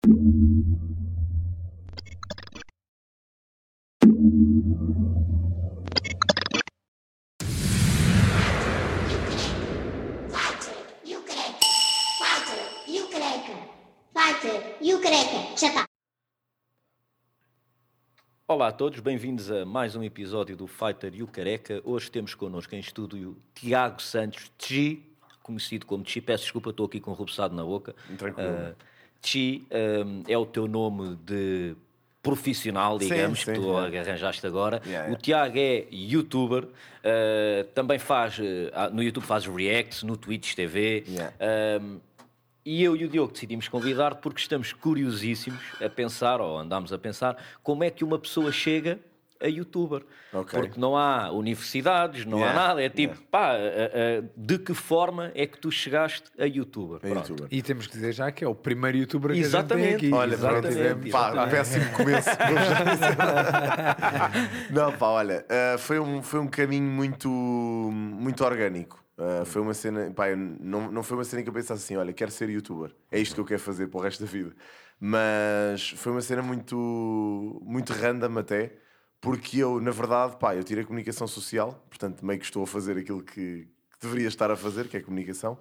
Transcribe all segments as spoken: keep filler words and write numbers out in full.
Olá a todos, bem-vindos a mais um episódio do Fighter e o Careca. Hoje temos connosco em estúdio o Tiago Santos, Chi, conhecido como Chi. Peço desculpa, estou aqui com o rubeçado na boca. Tranquilo. Uh, Chi um, é o teu nome de profissional, digamos, sim, sim, que tu é. arranjaste agora. Yeah, o yeah. Tiago é youtuber, uh, também faz, uh, no YouTube faz reacts, no Twitch T V. Yeah. Um, E eu e o Diogo decidimos convidar porque estamos curiosíssimos a pensar, ou andámos a pensar, como é que uma pessoa chega a youtuber. Okay. Porque não há universidades, não yeah. há nada. É tipo, yeah. pá, de que forma é que tu chegaste a youtuber? A YouTuber. E temos que dizer já que é o primeiro youtuber que exatamente. a gente tem aqui. Olha, exatamente. Pá, péssimo começo. Não, pá, olha, uh, foi, um, foi um caminho muito, muito orgânico. Uh, foi uma cena, pá, não, não foi uma cena que eu pensasse assim, olha, quero ser youtuber, é isto que eu quero fazer para o resto da vida. Mas foi uma cena muito, muito random até, porque eu, na verdade, pá, eu tirei comunicação social, portanto meio que estou a fazer aquilo que, que deveria estar a fazer, que é comunicação,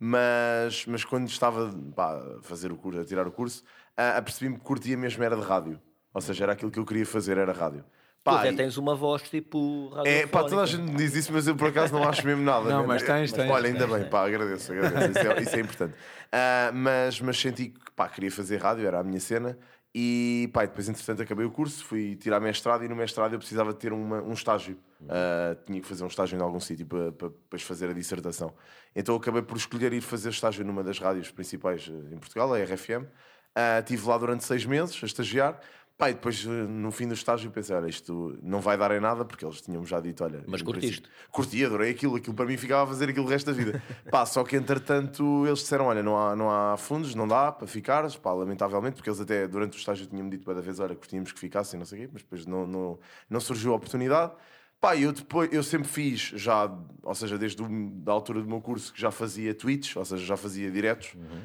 mas, mas quando estava pá, a fazer o curso, a tirar o curso, uh, apercebi-me que curtia mesmo era de rádio, ou seja, era aquilo que eu queria fazer, era rádio. Tu até tens uma voz tipo é, pá, toda a gente diz isso, mas eu por acaso não acho mesmo nada. Não, mas tens, tens. Olha, ainda tens, bem, pá, agradeço, agradeço. Isso, é, isso é importante. Uh, mas, mas senti que, pá, queria fazer rádio, era a minha cena. E, pá, depois, entretanto, acabei o curso, fui tirar mestrado e no mestrado eu precisava de ter uma, um estágio. Uh, tinha que fazer um estágio em algum sítio para, para depois fazer a dissertação. Então eu acabei por escolher ir fazer estágio numa das rádios principais em Portugal, a R F M. Uh, estive lá durante seis meses a estagiar. Pá, e depois, no fim do estágio, pensei, olha, isto não vai dar em nada, porque eles tinham já dito, olha... Mas curtiste? Curti, adorei aquilo, aquilo para mim ficava a fazer aquilo o resto da vida. Pá, só que, entretanto, eles disseram, olha, não há, não há fundos, não dá para ficares, pá, lamentavelmente, porque eles até, durante o estágio, tinham-me dito cada vez, olha, curtíamos que ficassem, não sei o quê, mas depois não, não, não surgiu a oportunidade. Pá, eu depois, eu sempre fiz, já, ou seja, desde a altura do meu curso, que já fazia tweets, ou seja, já fazia diretos, uhum.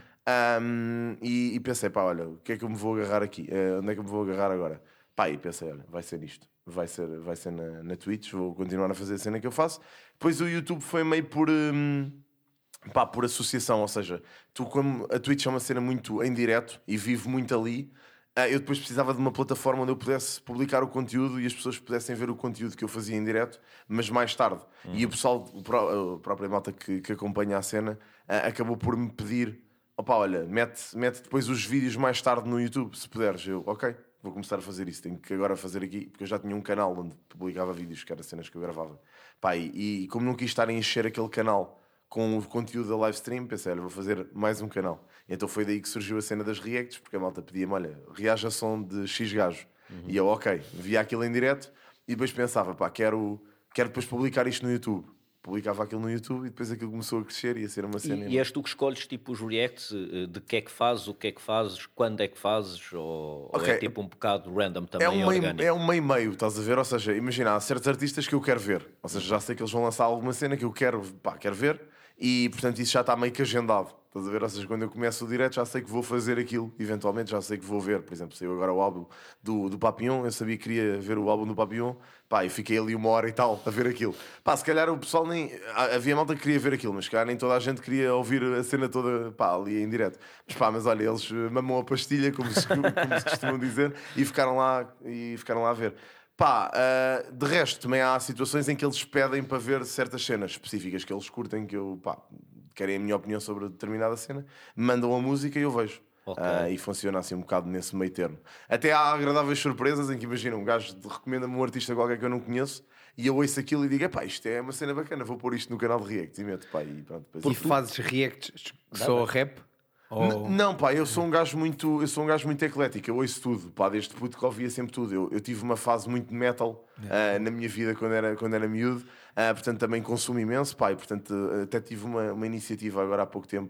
um, e, e pensei, pá, olha, o que é que eu me vou agarrar aqui? Uh, onde é que eu me vou agarrar agora? Pá, e pensei, olha, vai ser isto, vai ser, vai ser na, na Twitch, vou continuar a fazer a cena que eu faço. Depois o YouTube foi meio por, hum, pá, por associação, ou seja, tu, como a Twitch é uma cena muito em direto e vivo muito ali, eu depois precisava de uma plataforma onde eu pudesse publicar o conteúdo e as pessoas pudessem ver o conteúdo que eu fazia em direto, mas mais tarde. Uhum. E o pessoal, a própria malta que, que acompanha a cena, acabou por me pedir, opá, olha, mete, mete depois os vídeos mais tarde no YouTube, se puderes. Eu, ok. Vou começar a fazer isso, tenho que agora fazer aqui, porque eu já tinha um canal onde publicava vídeos, que eram cenas que eu gravava. Pá, e, e como não quis estar a encher aquele canal com o conteúdo da live stream, pensei, olha, vou fazer mais um canal. E então foi daí que surgiu a cena das reacts, porque a malta pedia-me, olha, reaja a som de X gajo. Uhum. E eu, ok, via aquilo em direto, e depois pensava, pá, quero, quero depois publicar isto no YouTube. Publicava aquilo no YouTube e depois aquilo começou a crescer e a ser uma cena. E, e és tu que escolhes tipo os reacts, de que é que fazes, o que é que fazes, quando é que fazes, ou, okay. ou é tipo um bocado random também, é um meio, orgânico? É um meio-meio, estás a ver? Ou seja, imagina, há certos artistas que eu quero ver. Ou seja, já sei que eles vão lançar alguma cena que eu quero, pá, quero ver. E, portanto, isso já está meio que agendado. Estás a ver? Ou seja, quando eu começo o direto já sei que vou fazer aquilo. Eventualmente já sei que vou ver. Por exemplo, saiu agora o álbum do, do Papillon. Eu sabia que queria ver o álbum do Papillon. Pá, e fiquei ali uma hora e tal a ver aquilo. Pá, se calhar o pessoal nem... Havia malta que queria ver aquilo, mas se calhar nem toda a gente queria ouvir a cena toda, pá, ali em direto. Mas pá, mas olha, eles mamam a pastilha, como se, como se costumam dizer, e ficaram lá, e ficaram lá a ver. Pá, uh, de resto, também há situações em que eles pedem para ver certas cenas específicas que eles curtem, que eu, pá, querem a minha opinião sobre determinada cena, mandam a música e eu vejo. Okay. Uh, e funciona assim um bocado nesse meio termo. Até há agradáveis surpresas em que, imagina, um gajo recomenda-me um artista qualquer que eu não conheço e eu ouço aquilo e digo, pá, isto é uma cena bacana, vou pôr isto no canal de react e meto, pá, e pronto. E fazes reacts só rap? Ou... Não, pá, eu sou um gajo muito, eu sou um gajo muito eclético, eu ouço tudo, pá, desde puto que ouvia sempre tudo. Eu, eu tive uma fase muito de metal yeah. uh, na minha vida quando era, quando era miúdo, uh, portanto também consumo imenso, pá, e portanto até tive uma, uma iniciativa agora há pouco tempo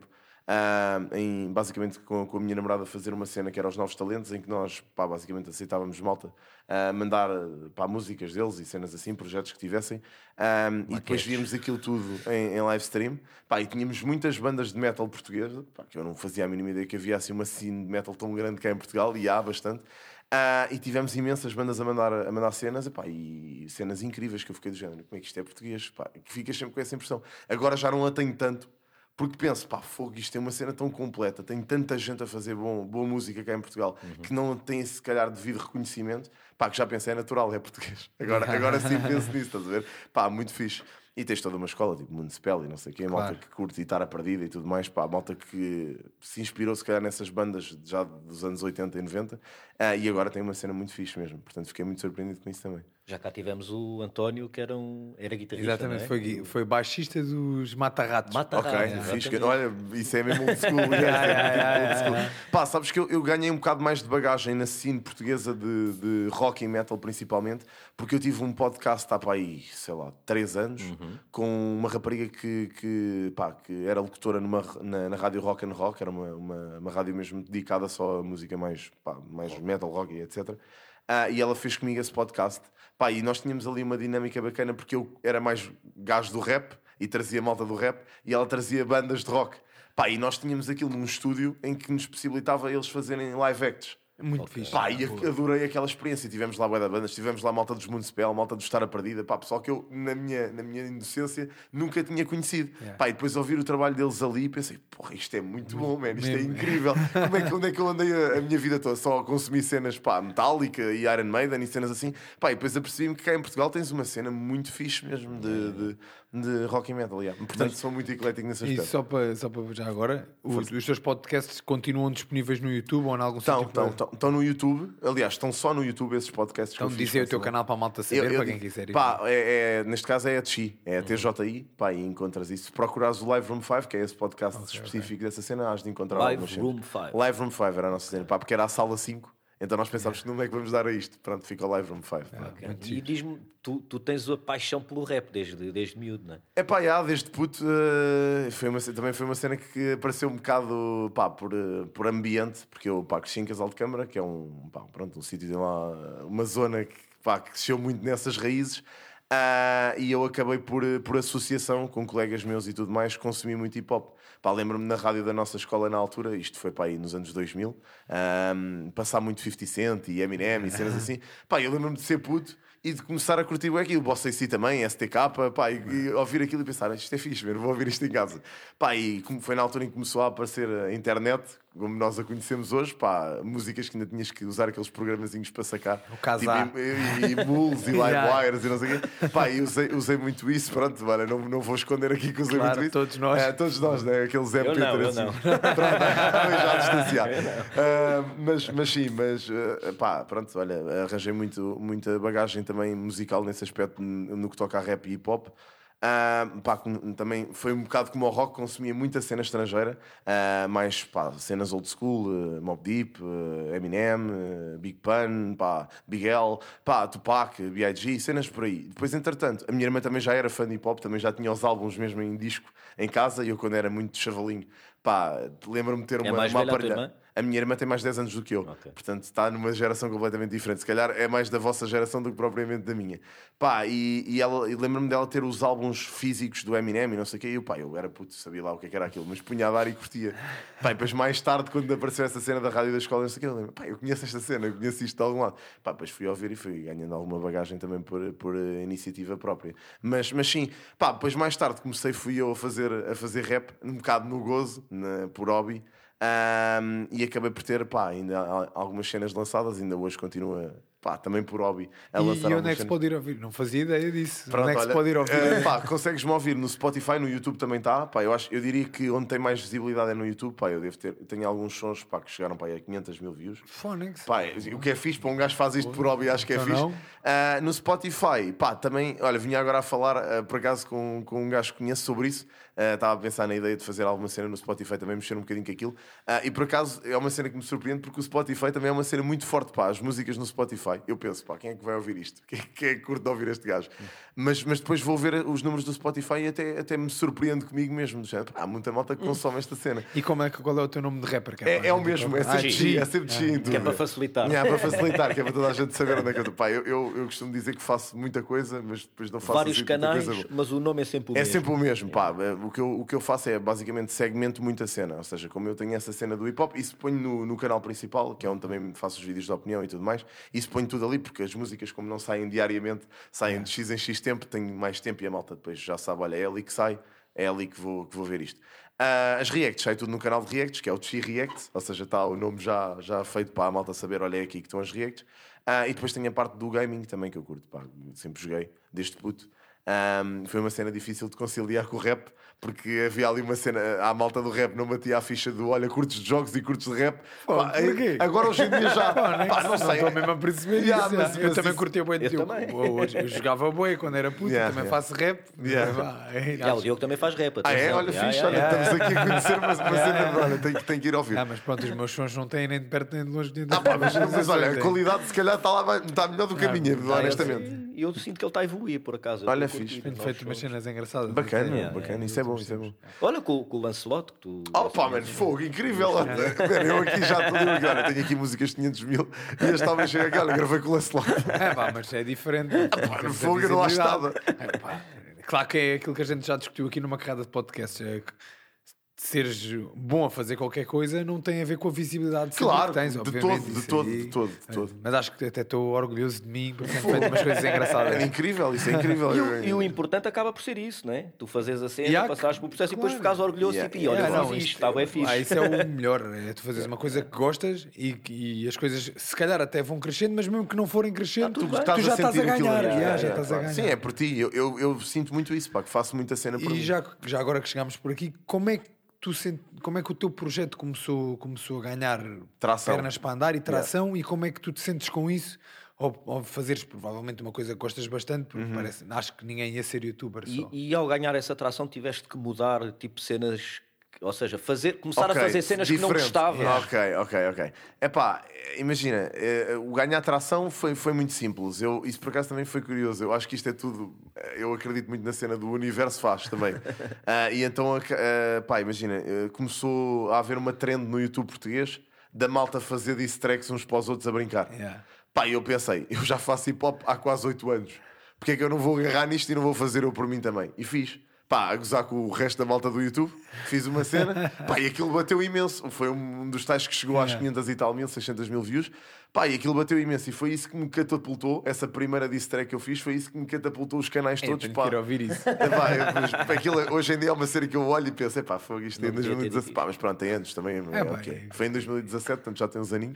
uh, em, basicamente com, com a minha namorada fazer uma cena que era os Novos Talentos, em que nós, pá, basicamente aceitávamos malta, uh, mandar, pá, músicas deles e cenas assim, projetos que tivessem, um, e depois víamos aquilo tudo em, em live stream, pá, e tínhamos muitas bandas de metal portuguesa, pá, que eu não fazia a mínima ideia que havia assim uma cena de metal tão grande cá em Portugal, e há bastante. Uh, e tivemos imensas bandas a mandar, a mandar cenas, epá, e cenas incríveis que eu fiquei do género. Como é que isto é português? Pá, que ficas sempre com essa impressão. Agora já não a tenho tanto, porque penso, pá, fogo, isto é uma cena tão completa, tem tanta gente a fazer bom, boa música cá em Portugal, uhum. que não tem se calhar devido reconhecimento, pá, que já pensei, é natural, é português. Agora, agora sim penso nisso, estás a ver? Pá, muito fixe. E tens toda uma escola, tipo Municipal e não sei o quê, claro. Malta que curte e estar a perdida e tudo mais, pá, malta que se inspirou se calhar nessas bandas já dos anos oitenta e noventa, uh, e agora tem uma cena muito fixe mesmo, portanto fiquei muito surpreendido com isso também. Já cá tivemos o António, que era, um, era guitarrista. Exatamente, é? foi, foi baixista dos Mata-Ratos. Mata-Ratos. Ok, é, fixe. Olha, isso é mesmo old school. é, é, old school. Pá, sabes que eu, eu ganhei um bocado mais de bagagem na cena portuguesa de, de rock e metal, principalmente, porque eu tive um podcast há pá, aí, sei lá, três anos, uhum. com uma rapariga que, que, pá, que era locutora numa, na, na rádio Rock and Rock, era uma, uma, uma rádio mesmo dedicada só a música mais, pá, mais metal, rock e etcétera. Uh, e ela fez comigo esse podcast. Pá, e nós tínhamos ali uma dinâmica bacana porque eu era mais gajo do rap e trazia malta do rap e ela trazia bandas de rock. Pá, e nós tínhamos aquilo num estúdio em que nos possibilitava eles fazerem live acts. Muito okay. fixe. Pá, e adorei aquela experiência. Tivemos lá bué da bandas, tivemos lá malta dos Municipal, malta do Estar a Perdida, pá, pessoal que eu, na minha, na minha inocência, nunca tinha conhecido. Yeah. Pá, e depois ouvir o trabalho deles ali, pensei, porra, isto é muito bom, man, isto mesmo. É incrível. Como é que, onde é que eu andei a, a minha vida toda? Só a consumir cenas, pá, Metallica e Iron Maiden e cenas assim. Pá, e depois apercebi-me que cá em Portugal tens uma cena muito fixe mesmo de, de, de rock and metal. Yeah. Portanto, mas, sou muito eclético nesse aspecto. E só para, só para já agora, os, os teus podcasts continuam disponíveis no YouTube ou em algum sítio? Estão, estão, estão no YouTube. Aliás, estão só no YouTube esses podcasts. Então dizer o teu canal para a malta saber, eu, eu, para quem quiser ir. Pá, é, é, neste caso é a T X I, é a T J I, pá, e encontras isso. Se procurares o Live Room cinco, que é esse podcast okay, específico okay. dessa cena, has de encontrar Live Room cinco. Live Room cinco era a nossa cena, pá, porque era a sala cinco. Então nós pensámos que não é que vamos dar a isto. Pronto, fica o Live Room cinco. É, okay. E diz-me, tu, tu tens a paixão pelo rap desde, desde miúdo, não é? É pá, já, desde puto, uh, foi uma, também foi uma cena que apareceu um bocado, pá, por, uh, por ambiente, porque eu, pá, cresci em Casal de Câmara, que é um, pá, pronto, um sítio de lá, uma zona que, pá, que cresceu muito nessas raízes. Uh, e eu acabei por, por associação com colegas meus e tudo mais, consumi muito hip-hop. Pá, lembro-me na rádio da nossa escola na altura, isto foi pá, aí nos anos dois mil, um, passar muito fifty Cent e Eminem e cenas assim. Pá, eu lembro-me de ser puto e de começar a curtir aquilo, Bossa A C também, S T K, pá, e, e ouvir aquilo e pensar, isto é fixe, mesmo, vou ouvir isto em casa. Pá, e como foi na altura em que começou a aparecer a internet, como nós a conhecemos hoje, pá, músicas que ainda tinhas que usar aqueles programazinhos para sacar. O casar. Tipo, e, e, e Bulls e Livewires e não sei o quê. Pá, e usei, usei muito isso, pronto, mano, não, não vou esconder aqui que usei claro, muito isso. todos nós. É, todos nós, né? Aqueles M P três. Eu não, eu não. Pronto, já distanciar. Uh, mas, mas sim, mas uh, pá, pronto, olha, arranjei muito, muita bagagem também musical nesse aspecto no que toca a rap e hip hop. Uh, pá, também foi um bocado como o rock, consumia muita cena estrangeira, uh, mais pá, cenas old school, uh, Mobb Deep, uh, Eminem, uh, Big Pun, pá, Big L, pá, Tupac, B I G, cenas por aí. Depois, entretanto, a minha irmã também já era fã de hip hop, também já tinha os álbuns mesmo em disco em casa, e eu quando era muito chavalinho, pá, lembro-me de ter uma, é mais uma velha aparelha. A tua irmã? A minha irmã tem mais dez anos do que eu, okay. Portanto está numa geração completamente diferente. Se calhar é mais da vossa geração do que propriamente da minha. Pá, e, e, ela, e lembro-me dela ter os álbuns físicos do Eminem e não sei o quê. E eu, pá, eu era puto, sabia lá o que, é que era aquilo, mas punha a dar e curtia. Pá, e depois mais tarde, quando apareceu essa cena da rádio da escola, não sei o quê, eu lembro, pá, eu conheço esta cena, eu conheço isto de algum lado. Pá, depois fui ouvir e fui ganhando alguma bagagem também por, por iniciativa própria. Mas, mas sim, pá, depois mais tarde comecei, fui eu a fazer, a fazer rap, um bocado no gozo, na, por hobby. Um, e acabei por ter, pá, ainda algumas cenas lançadas, ainda hoje continua, pá, também por hobby a lançar. E onde é que se pode ir ouvir? Não fazia ideia disso. Pronto, onde é que olha, se pode ir ouvir? Uh, pá, consegues-me ouvir no Spotify, no YouTube também está, pá, eu, acho, eu diria que onde tem mais visibilidade é no YouTube, pá, eu devo ter, eu tenho alguns sons, pá, que chegaram, pá, a quinhentos mil views. Phonics. Pá, o que é fixe, para um gajo faz isto por hobby, acho que é não, fixe. não. Uh, no Spotify, pá, também, olha, vinha agora a falar, uh, por acaso, com, com um gajo que conheço sobre isso, Uh, estava a pensar na ideia de fazer alguma cena no Spotify, também mexer um bocadinho com aquilo. Uh, e por acaso é uma cena que me surpreende, porque o Spotify também é uma cena muito forte, pá, as músicas no Spotify. Eu penso, pá, quem é que vai ouvir isto? Quem, quem é que curte de ouvir este gajo? Mas, mas depois vou ver os números do Spotify e até, até me surpreendo comigo mesmo. Já, pá, há muita malta que consome esta cena. E como é, que- qual é o teu nome de rapper? Que É, pá, é o tipo, mesmo, é sempre ah, G, é sempre G em tudo. Que é para facilitar. É, para facilitar, que é para toda a gente saber onde é que eu estou. Pá, eu, eu, eu costumo dizer que faço muita coisa, mas depois não faço Vários assim muita canais, coisa boa. mas o nome é sempre o É mesmo. sempre o mesmo, pá. O que, eu, o que eu faço é basicamente segmento muito a cena. Ou seja, como eu tenho essa cena do hip hop, isso ponho no, no canal principal, que é onde também faço os vídeos de opinião e tudo mais. Isso ponho tudo ali, porque as músicas, como não saem diariamente, saem de X em X tempo, tenho mais tempo e a malta depois já sabe, olha, é ali que sai, é ali que vou, que vou ver isto. Uh, as reacts, sai tudo no canal de reacts, que é o Chi React, ou seja, está o nome já, já feito para a malta saber, olha, é aqui que estão as reacts. Uh, e depois tem a parte do gaming também que eu curto, pá, sempre joguei, desde puto. Um, foi uma cena difícil de conciliar com o rap, porque havia ali uma cena, a malta do rap não batia a ficha do olha, curtos de jogos e curtos de rap. Pô, Pá, porquê? agora hoje em dia já. Pá, nem pá, que- não sei. estou mesmo a perceber Yeah, isso. mas- eu mas também isso- curtia bem. Eu Eu, também. eu, eu, eu jogava boi quando era puto, Yeah, também yeah. faço rap. Yeah. Pá, é, Já, o Diogo também faz rap. Ah, é? atenção. Olha, Já, fixe, já, olha, já. estamos aqui a conhecer uma, uma cena de olha, tem, que- tem que ir ouvir. Ah, mas pronto, os meus sons não têm nem de perto nem de longe de Ah, pá, mas, mas olha, a é. qualidade se calhar está lá, vai- está melhor do que a minha, Ah, honestamente. E eu, eu sinto que ele está a evoluir, por acaso. Eu Olha, estou a fixe. curtir Tenho os feito novos umas sons. cenas engraçadas. Bacana, É, bacana, é, isso é bom, nos isso é bom. últimos tempos. Olha, com, com o Lancelot, que tu... Oh pá, mano, fogo, incrível. Olha, eu aqui já te digo, olha, tenho aqui músicas de quinhentos mil e este talvez chegue aqui, olha, gravei com o Lancelot. É pá, mas é diferente. pá, Temos no a fogo eu não acho visibilidade. É, pá, claro que é aquilo que a gente já discutiu aqui numa carrada de podcasts. É que seres bom a fazer qualquer coisa não tem a ver com a visibilidade sempre Claro, que tens, de obviamente. todo, de isso todo, aí- de todo, de todo. Mas acho que até estou orgulhoso de mim porque tenho feito umas coisas engraçadas. É incrível, isso é incrível. E o, e o importante acaba por ser isso, não é? Tu fazes a cena, Yeah, passares pelo processo claro. e depois ficares orgulhoso Yeah. e olha, É, eu não, fiz isto- isto, está bem fixe. Ah, isso é o melhor, é tu fazeres uma coisa que gostas e, e as coisas se calhar até vão crescendo, mas mesmo que não forem crescendo, tudo tu, bem. tu já estás a sentir aquilo, ganhar. yeah, já, yeah, já yeah, estás claro. a ganhar. Sim, é por ti. Eu, eu, eu sinto muito isso, pá, que faço muita cena por E mim. já, já agora que chegámos por aqui, como é que tu sent... como é que o teu projeto começou, começou a ganhar Tração. pernas para andar e tração e como é que tu te sentes com isso? Ou, ou fazeres provavelmente uma coisa que gostas bastante, porque Uhum. parece, acho que ninguém ia ser youtuber só. E, e ao ganhar essa atração tiveste que mudar tipo cenas, ou seja, fazer, começar Ok, a fazer cenas que não diferente. gostavas. Ok, ok, ok. Epá, imagina, eh, o ganhar tração foi, foi muito simples. Eu, isso por acaso também foi curioso. Eu acho que isto é tudo. eh, Eu acredito muito na cena do universo faz também. Ah, e então, eh, pá, imagina, eh, começou a haver uma trend no YouTube português da malta fazer diss tracks uns para os outros a brincar. Yeah. Pá, e eu pensei, eu já faço hip hop há quase oito anos. Porque é que eu não vou agarrar nisto e não vou fazer eu por mim também? E fiz. Pá, a gozar com o resto da malta do YouTube, fiz uma cena, pá, e aquilo bateu imenso. Foi um dos tais que chegou às quinhentas e tal mil, seiscentas mil views. Pá, e aquilo bateu imenso. E foi isso que me catapultou. Essa primeira diss track que eu fiz foi isso que me catapultou os canais É, todos. tenho Pá. que ir ouvir isso. É, pá, é, mas, pá, aquilo, hoje em dia é uma série que eu olho e penso, é pá, foi isto em Não devia ter dois mil e dezassete. dito Pá, mas pronto, tem anos também. É, É, pá, ok. é. Foi em dois mil e dezassete, portanto já tem uns aninhos.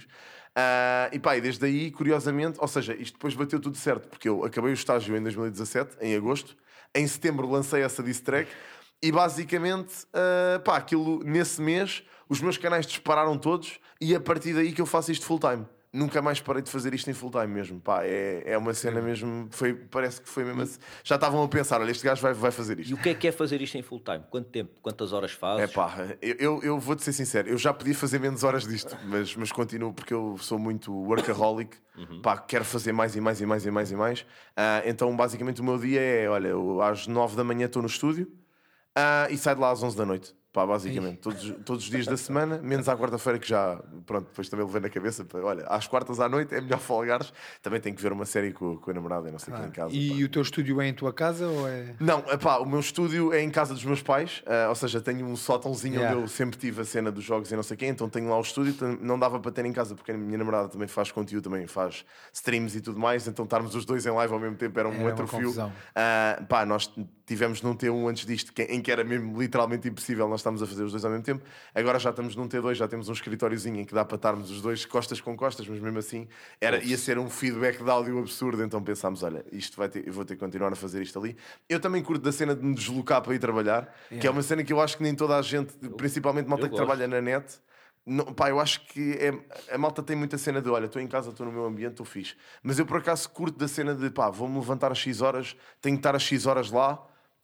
Ah, e pá, e desde aí, curiosamente, ou seja, isto depois bateu tudo certo, porque eu acabei o estágio em dois mil e dezassete, em agosto. Em setembro lancei essa diss track. E basicamente, ah, pá, aquilo nesse mês, os meus canais dispararam todos. E a partir daí que eu faço isto full time. Nunca mais parei de fazer isto em full time mesmo. Pá, é, é uma cena mesmo. Foi, parece que foi mesmo assim. Já estavam a pensar: olha, este gajo vai, vai fazer E isto. o que é que é fazer isto em full time? Quanto tempo? Quantas horas fazes? É pá, eu, eu, eu vou-te ser sincero, eu já podia fazer menos horas disto, mas, mas continuo porque eu sou muito workaholic. Pá, quero fazer mais e mais e mais e mais e mais. Ah, então, basicamente, o meu dia é: olha, eu às nove da manhã estou no estúdio ah, e saio de lá às onze da noite. Pá, basicamente, todos, todos os dias da semana, menos à quarta-feira, que já, pronto, depois também levei na cabeça. Pá, olha, às quartas à noite é melhor folgares. Também tenho que ver uma série com, com a namorada e não sei o que em casa. E pá. o teu estúdio é em tua casa ou é. Não, epá, o meu estúdio é em casa dos meus pais, ah, ou seja, tenho um sótãozinho Yeah. onde eu sempre tive a cena dos jogos e não sei o quê, então tenho lá o estúdio, tam- não dava para ter em casa porque a minha namorada também faz conteúdo, também faz streams e tudo mais, então estarmos os dois em live ao mesmo tempo era um Era uma atrofio. confusão. Ah, pá, nós tivemos num T um antes disto, que- em que era mesmo literalmente impossível nós estamos a fazer os dois ao mesmo tempo, agora já estamos num T dois, já temos um escritóriozinho em que dá para estarmos os dois costas com costas, mas mesmo assim era, ia ser um feedback de áudio absurdo, então pensámos, olha, isto vai ter, eu vou ter que continuar a fazer isto ali. Eu também curto da cena de me deslocar para ir trabalhar, que é uma cena que eu acho que nem toda a gente, principalmente malta eu que gosto. trabalha na net, não, pá, eu acho que é, a malta tem muita cena de olha, estou em casa, estou no meu ambiente, estou fixe. Mas eu por acaso curto da cena de pá, vou-me levantar às X horas, tenho que estar às X horas lá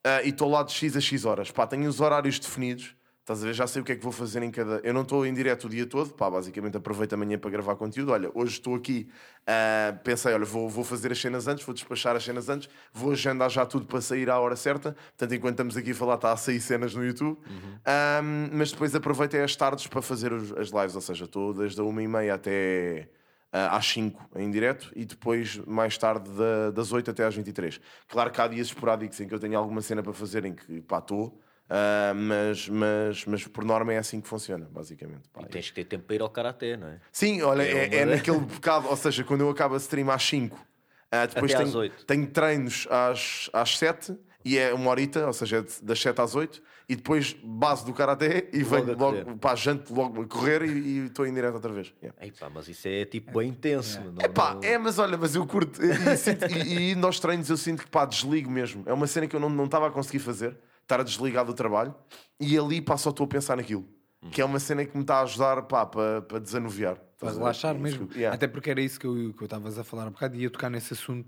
uh, e estou lá de X a X horas. Pá, tenho os horários definidos. Estás a ver? Já sei o que é que vou fazer em cada... Eu não estou em direto o dia todo. Pá, basicamente aproveito amanhã para gravar conteúdo. Olha, hoje estou aqui. Uh, pensei, olha, vou, vou fazer as cenas antes, vou despachar as cenas antes, vou agendar já tudo para sair à hora certa. Portanto, enquanto estamos aqui a falar, está a sair cenas no YouTube. Uhum. Um, mas depois aproveitei as tardes para fazer os, as lives. Ou seja, estou desde a uma e meia até... Uh, às cinco em direto e depois mais tarde da, das oito até às vinte e três. Claro que há dias esporádicos em que eu tenho alguma cena para fazer em que pá, estou, uh, mas, mas, mas por norma é assim que funciona, basicamente. Pá, e tens que ter tempo para ir ao Karaté, não é? Sim, olha, é, é, é naquele bocado, ou seja, quando eu acabo a stream às cinco, uh, depois até tenho, tenho treinos às, às sete e é uma horita, ou seja, é das sete às oito. E depois base do Karaté e logo venho logo, pá, janto logo a correr e estou em direto outra vez. Yeah. Ei, pá, mas isso é tipo bem intenso. É, não, Epá, não... é, mas olha, mas eu curto. E, e, sinto, e, e nos treinos eu sinto que pá, desligo mesmo. É uma cena que eu não estava a conseguir fazer, estar a desligar do trabalho e ali pá, só estou a pensar naquilo. Hum. Que é uma cena que me está a ajudar pá, para, para desanuviar. Para relaxar mesmo. Que, yeah. Até porque era isso que eu que estavas a falar um bocado e ia tocar nesse assunto.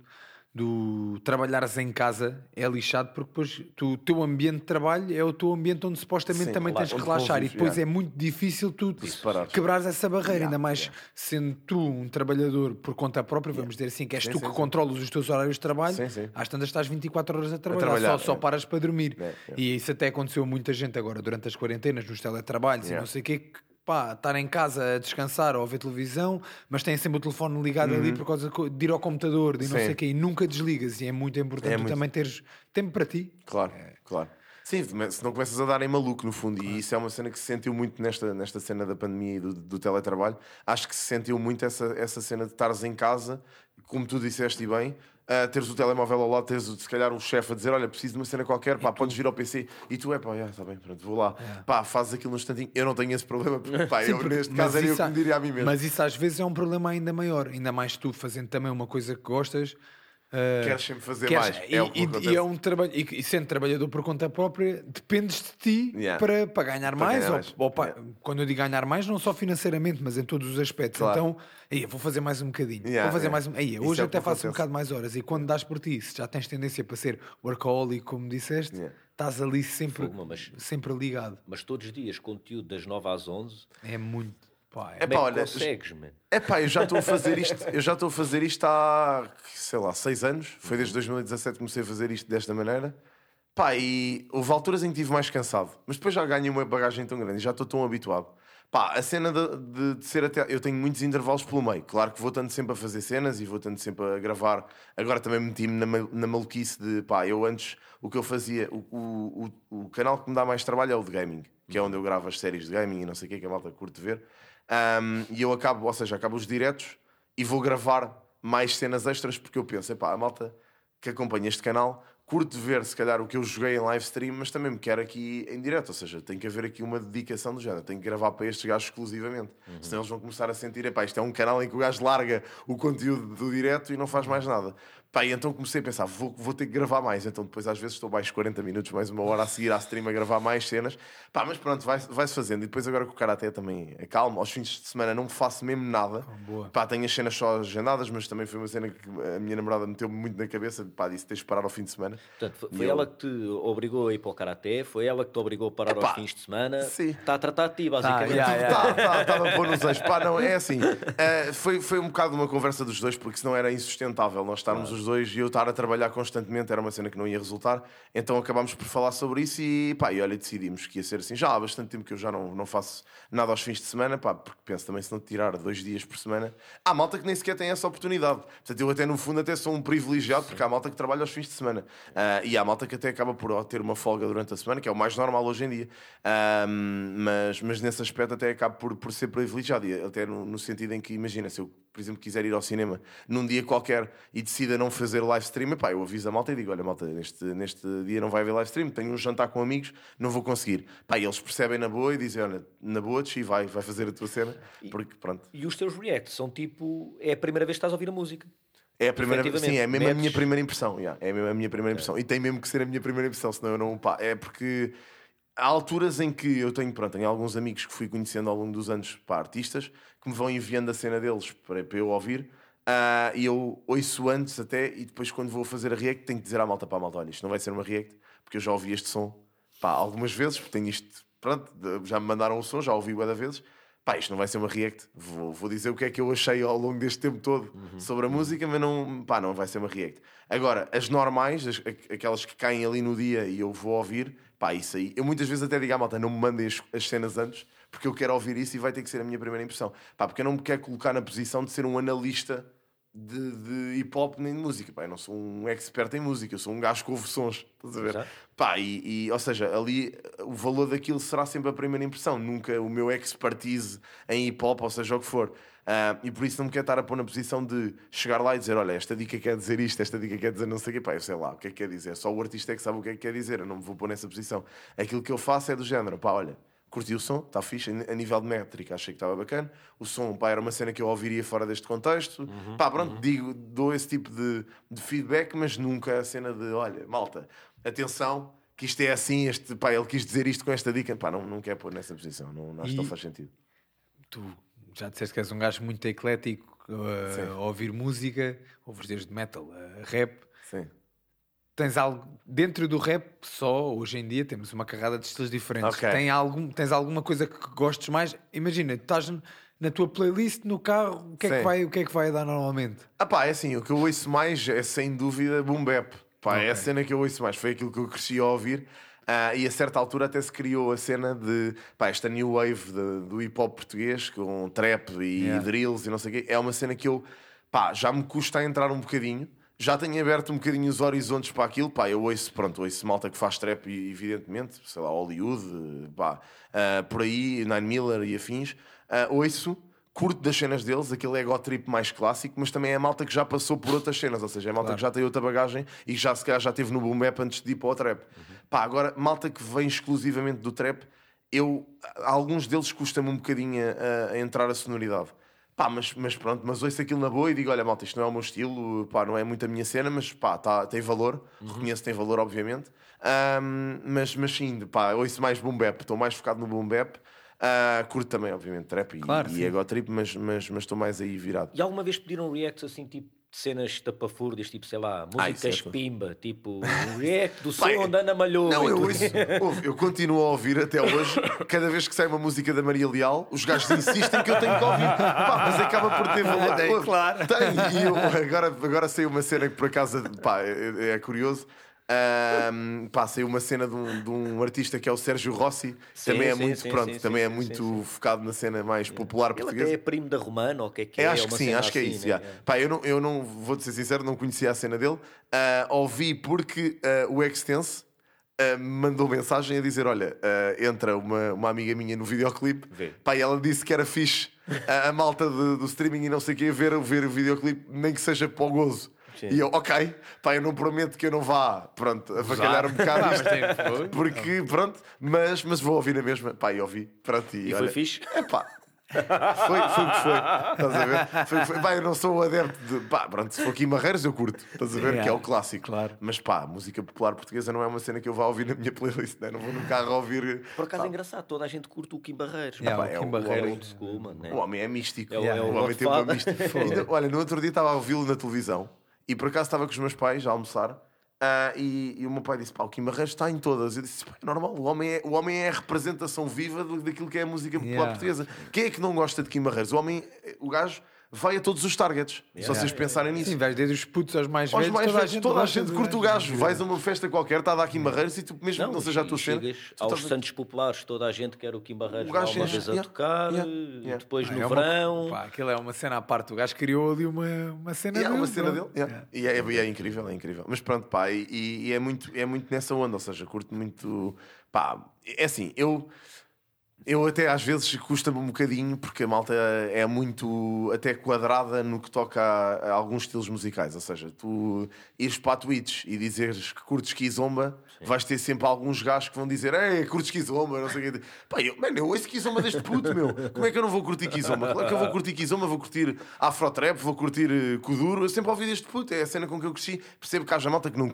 Do trabalhares em casa é lixado porque depois tu, o teu ambiente de trabalho é o teu ambiente onde supostamente sim, também tens que relaxar convives, e depois yeah. é muito difícil tu quebrares essa barreira, yeah, ainda mais yeah. sendo tu um trabalhador por conta própria, yeah. vamos dizer assim, que és sim, tu sim, que sim. controlas os teus horários de trabalho, sim, sim. às tantas estás vinte e quatro horas a trabalhar, a trabalhar só, é. só paras para dormir. É, é. E isso até aconteceu a muita gente agora durante as quarentenas, nos teletrabalhos yeah. e não sei o quê, pá, estar em casa a descansar ou a ver televisão, mas têm sempre o telefone ligado uhum. ali por causa de ir ao computador, de não sei o quê, e nunca desligas, e é muito importante é muito... também teres tempo para ti. Claro, é. claro. Sim, se não começas a dar em maluco, no fundo, claro. E isso é uma cena que se sentiu muito nesta, nesta cena da pandemia e do, do teletrabalho. Acho que se sentiu muito essa, essa cena de estares em casa, como tu disseste e bem, Uh, teres o telemóvel ao lado, teres se calhar o chefe a dizer olha, preciso de uma cena qualquer, pá, podes vir ao P C e tu é pá, está bem, pronto, vou lá, é. pá, fazes aquilo num instantinho. Eu não tenho esse problema, porque, pá, sim, eu, porque, neste caso era eu que me diria a mim mesmo. Mas isso às vezes é um problema ainda maior, ainda mais tu fazendo também uma coisa que gostas. Uh, queres sempre fazer queres, mais e, é o que e, e, é um trabalho, e, e sendo trabalhador por conta própria dependes de ti yeah. para, para ganhar para mais, ganhar ou, mais. Ou para, yeah. quando eu digo ganhar mais não só financeiramente mas em todos os aspectos, claro. Então aí, vou fazer mais um bocadinho yeah, vou fazer yeah. mais um, aí, hoje é até faço acontece. um bocado mais horas e quando dás por ti, se já tens tendência para ser workaholic como disseste, yeah. estás ali sempre, Fogo, mas, sempre ligado, mas todos os dias conteúdo das nove às onze é muito. Pá, é pá, olha, consegues, man? É pá, eu já estou a fazer isto, eu já estou a fazer isto há, sei lá, seis anos. Foi desde dois mil e dezassete que comecei a fazer isto desta maneira. Pá, e houve alturas em que estive mais cansado, mas depois já ganhei uma bagagem tão grande e já estou tão habituado. Pá, a cena de, de, de ser até... Eu tenho muitos intervalos pelo meio. Claro que vou estando sempre a fazer cenas e vou estando sempre a gravar. Agora também meti-me na, na maluquice de... Pá, eu antes, o que eu fazia... O, o, o, o canal que me dá mais trabalho é o de gaming, que é onde eu gravo as séries de gaming e não sei o que, que a malta curte ver. Um, e eu acabo, ou seja, acabo os diretos e vou gravar mais cenas extras porque eu penso, epá, a malta que acompanha este canal curte ver se calhar o que eu joguei em live stream, mas também me quer aqui em direto, ou seja, tem que haver aqui uma dedicação do género, tenho que gravar para estes gajos exclusivamente, uhum. senão eles vão começar a sentir, epá, isto é um canal em que o gajo larga o conteúdo do direto e não faz mais nada. Pá, e então comecei a pensar, vou, vou ter que gravar mais. Então depois às vezes estou mais quarenta minutos, mais uma hora a seguir à stream a gravar mais cenas. Pá, mas pronto, vai-se vai fazendo. E depois agora com o Karaté também acalmo. Aos fins de semana não faço mesmo nada. Oh, pá, tenho as cenas só agendadas, mas também foi uma cena que a minha namorada meteu-me muito na cabeça. Pá, disse, tens de parar ao fim de semana. Portanto, foi, foi ela eu... que te obrigou a ir para o Karaté, foi ela que te obrigou a parar Epá, aos fins de semana. Sim. Está a tratar de ti, basicamente. Está yeah, yeah. tá, tá, tá a pôr nos eixos. Pá, não, é assim. Uh, foi, foi um bocado uma conversa dos dois, porque senão era insustentável nós estarmos claro. os dois e eu estar a trabalhar constantemente, era uma cena que não ia resultar, então acabámos por falar sobre isso e pá, e olha, decidimos que ia ser assim. Já há bastante tempo que eu já não, não faço nada aos fins de semana, pá, porque penso também se não tirar dois dias por semana, há malta que nem sequer tem essa oportunidade, portanto eu até no fundo até sou um privilegiado, porque há malta que trabalha aos fins de semana, uh, e há malta que até acaba por ter uma folga durante a semana, que é o mais normal hoje em dia, uh, mas, mas nesse aspecto até acabo por, por ser privilegiado, e até no, no sentido em que, imagina, se eu por exemplo quiser ir ao cinema num dia qualquer e decida não fazer live stream, pá, eu aviso a malta e digo, olha malta, neste, neste dia não vai haver live stream, tenho um jantar com amigos, não vou conseguir. Pá, e eles percebem na boa e dizem, olha, na boa, e vai, vai fazer a tua cena, porque pronto. E os teus reacts são tipo, é a primeira vez que estás a ouvir a música? É a primeira, sim, é mesmo Metes... a minha primeira impressão, yeah, é mesmo a minha primeira impressão, é. E tem mesmo que ser a minha primeira impressão, senão eu não, pá, é porque há alturas em que eu tenho, pronto, tenho alguns amigos que fui conhecendo ao longo dos anos, pá, artistas, que me vão enviando a cena deles para, para eu ouvir. Uh, e eu ouço antes até, e depois quando vou fazer a react tenho que dizer à malta, pá, malta, olha, isto não vai ser uma react, porque eu já ouvi este som, pá, algumas vezes, porque tenho isto, pronto, já me mandaram o som, já ouvi bué de vezes, pá, isto não vai ser uma react, vou, vou dizer o que é que eu achei ao longo deste tempo todo uhum. sobre a música, mas não, pá, não vai ser uma react. Agora, as normais, as, aquelas que caem ali no dia e eu vou ouvir, pá, isso aí, eu muitas vezes até digo à malta, não me mandem as, as cenas antes, porque eu quero ouvir isso e vai ter que ser a minha primeira impressão, pá, porque eu não me quero colocar na posição de ser um analista De, de hip-hop nem de música. Pá, eu não sou um expert em música, eu sou um gajo que ouve sons, estás a ver? Pá, e, e, ou seja, ali o valor daquilo será sempre a primeira impressão, nunca o meu expertise em hip-hop, ou seja, o que for. Uh, e por isso não me quero estar a pôr na posição de chegar lá e dizer, olha, esta dica quer dizer isto, esta dica quer dizer não sei o quê. Pá, eu sei lá o que é que quer dizer, só o artista é que sabe o que é que quer dizer, eu não me vou pôr nessa posição. Aquilo que eu faço é do género, pá, olha, curti o som, está fixe, a nível de métrica achei que estava bacana, o som, pá, era uma cena que eu ouviria fora deste contexto, uhum, pá, pronto, uhum. digo, dou esse tipo de, de feedback, mas nunca a cena de, olha, malta, atenção, que isto é assim, este, pá, ele quis dizer isto com esta dica, pá, não, não quer pôr nessa posição, não, não acho que não faz sentido. Tu já disseste que és um gajo muito eclético, uh, a ouvir música, ouves desde metal a rap. Sim. Tens algo dentro do rap só, hoje em dia temos uma carrada de estilos diferentes. Okay. Tem algum, tens alguma coisa que gostes mais? Imagina, estás na tua playlist no carro, o que, é que, vai, o que é que vai dar normalmente? Ah pá, é assim, o que eu ouço mais é sem dúvida boom bap. Pá, okay. É a cena que eu ouço mais, foi aquilo que eu cresci a ouvir. Uh, e a certa altura até se criou a cena de, pá, esta new wave de, do hip hop português, com trap e yeah. drills e não sei o quê. É uma cena que eu, pá, já me custa a entrar um bocadinho. Já tenho aberto um bocadinho os horizontes para aquilo, pá, eu ouço, pronto, ouço malta que faz trap, evidentemente, sei lá, Hollywood, pá, uh, por aí, Nine Miller e afins, uh, ouço, curto das cenas deles, aquele ego trip mais clássico, mas também é a malta que já passou por outras cenas, ou seja, é a malta claro. que já tem outra bagagem e que já se calhar já teve no boom bap antes de ir para o trap. Uhum. Pá, agora, malta que vem exclusivamente do trap, eu, alguns deles custa-me um bocadinho a, a entrar a sonoridade. Pá, mas, mas pronto, mas ouço aquilo na boa e digo, olha malta, isto não é o meu estilo, pá, não é muito a minha cena, mas pá, tá, tem valor, uhum. reconheço que tem valor, obviamente, um, mas, mas sim, pá, ouço mais boom bap, estou mais focado no boom bap, uh, curto também, obviamente, trap claro, e, e ego trip, mas, mas, mas estou mais aí virado. E alguma vez pediram reacts assim, tipo, de cenas tapafúrdias, tipo, sei lá, músicas ah, pimba, tipo, um react do som da Ana Malhoa. Não, eu, ouço, ouve, eu continuo a ouvir até hoje, cada vez que sai uma música da Maria Leal, os gajos insistem que eu tenho que ouvir. Pá, mas acaba por ter valor. Tem, claro. Tem, e eu, agora, agora saiu uma cena que por acaso, pá, é, é curioso. Um, pá, saiu uma cena de um, de um artista que é o Sérgio Rossi, sim, também é sim, muito, sim, pronto, sim, também sim, é muito sim, sim. focado na cena mais popular Ele portuguesa. até é primo da Romana, ou o que é que é? é acho é que sim, acho que é assim, isso. né? Yeah. Pá, eu não, eu não vou-te ser sincero, não conhecia a cena dele. Uh, ouvi porque uh, o Extense uh, me mandou mensagem a dizer: olha, uh, entra uma, uma amiga minha no videoclipe, pá, e ela disse que era fixe a, a malta de, do streaming e não sei o quê, ver, ver o videoclipe, nem que seja para o gozo. Sim. E eu, ok, pá, eu não prometo que eu não vá, pronto, avacalhar um bocado isto, porque, pronto, mas, mas vou ouvir a mesma, pá, e ouvi, pronto. E, e olha, foi fixe? É pá, foi, foi o que foi, estás a ver? Foi, foi, pá, eu não sou o adepto de, pá, pronto, se for aqui em Barreiros eu curto, estás a ver, yeah, que é o clássico, claro. Mas pá, música popular portuguesa não é uma cena que eu vá ouvir na minha playlist, né? Não vou no carro ouvir. Por acaso pá. É engraçado, toda a gente curte o Kim Barreiros. Yeah, pá, o Kim é Barreiros. O, old school, man, né? O homem é místico, é, yeah, o, é o homem tem uma mística. Olha, no outro dia estava a ouvi-lo na televisão. E por acaso estava com os meus pais a almoçar uh, e, e o meu pai disse, pá, o Kim Barreiros está em todas. Eu disse, pá, é normal, o homem é, o homem é a representação viva do, daquilo que é a música popular yeah. portuguesa. Quem é que não gosta de Kim Barreiros? O homem, o gajo vai a todos os targets, yeah. se vocês pensarem nisso. Sim, vais desde os putos aos mais aos velhos, mais toda, velhos, a gente, toda a gente gente curte o gajo. Vais a uma festa qualquer, está a dar Kim Barreiros e tu mesmo não, não seja a tua cena. Aos estás... Santos Populares, toda a gente quer o Kim Barreiros o gajo uma é... vez yeah. a tocar, yeah. Yeah. depois ah, no é verão. Uma... Pá, aquilo é uma cena à parte. O gajo criou ali uma, uma cena yeah, dele. Uma cena dele. Yeah. Yeah. E é, é incrível, é incrível. Mas pronto, pá, e, e é, muito, é muito nessa onda, ou seja, curto muito. Pá, é assim, eu. Eu até às vezes custa-me um bocadinho porque a malta é muito até quadrada no que toca a, a alguns estilos musicais. Ou seja, tu ires para a Twitch e dizeres que curtes Kizomba, sim, vais ter sempre alguns gajos que vão dizer ei, curtes Kizomba, não sei o quê. Pá, eu, mano, eu ouço Kizomba deste puto, meu. Como é que eu não vou curtir Kizomba? Claro que eu vou curtir Kizomba, vou curtir Afrotrap, vou curtir uh, Kuduro. Eu sempre ouvi deste puto, é a cena com que eu cresci. Percebo que haja malta que não curte.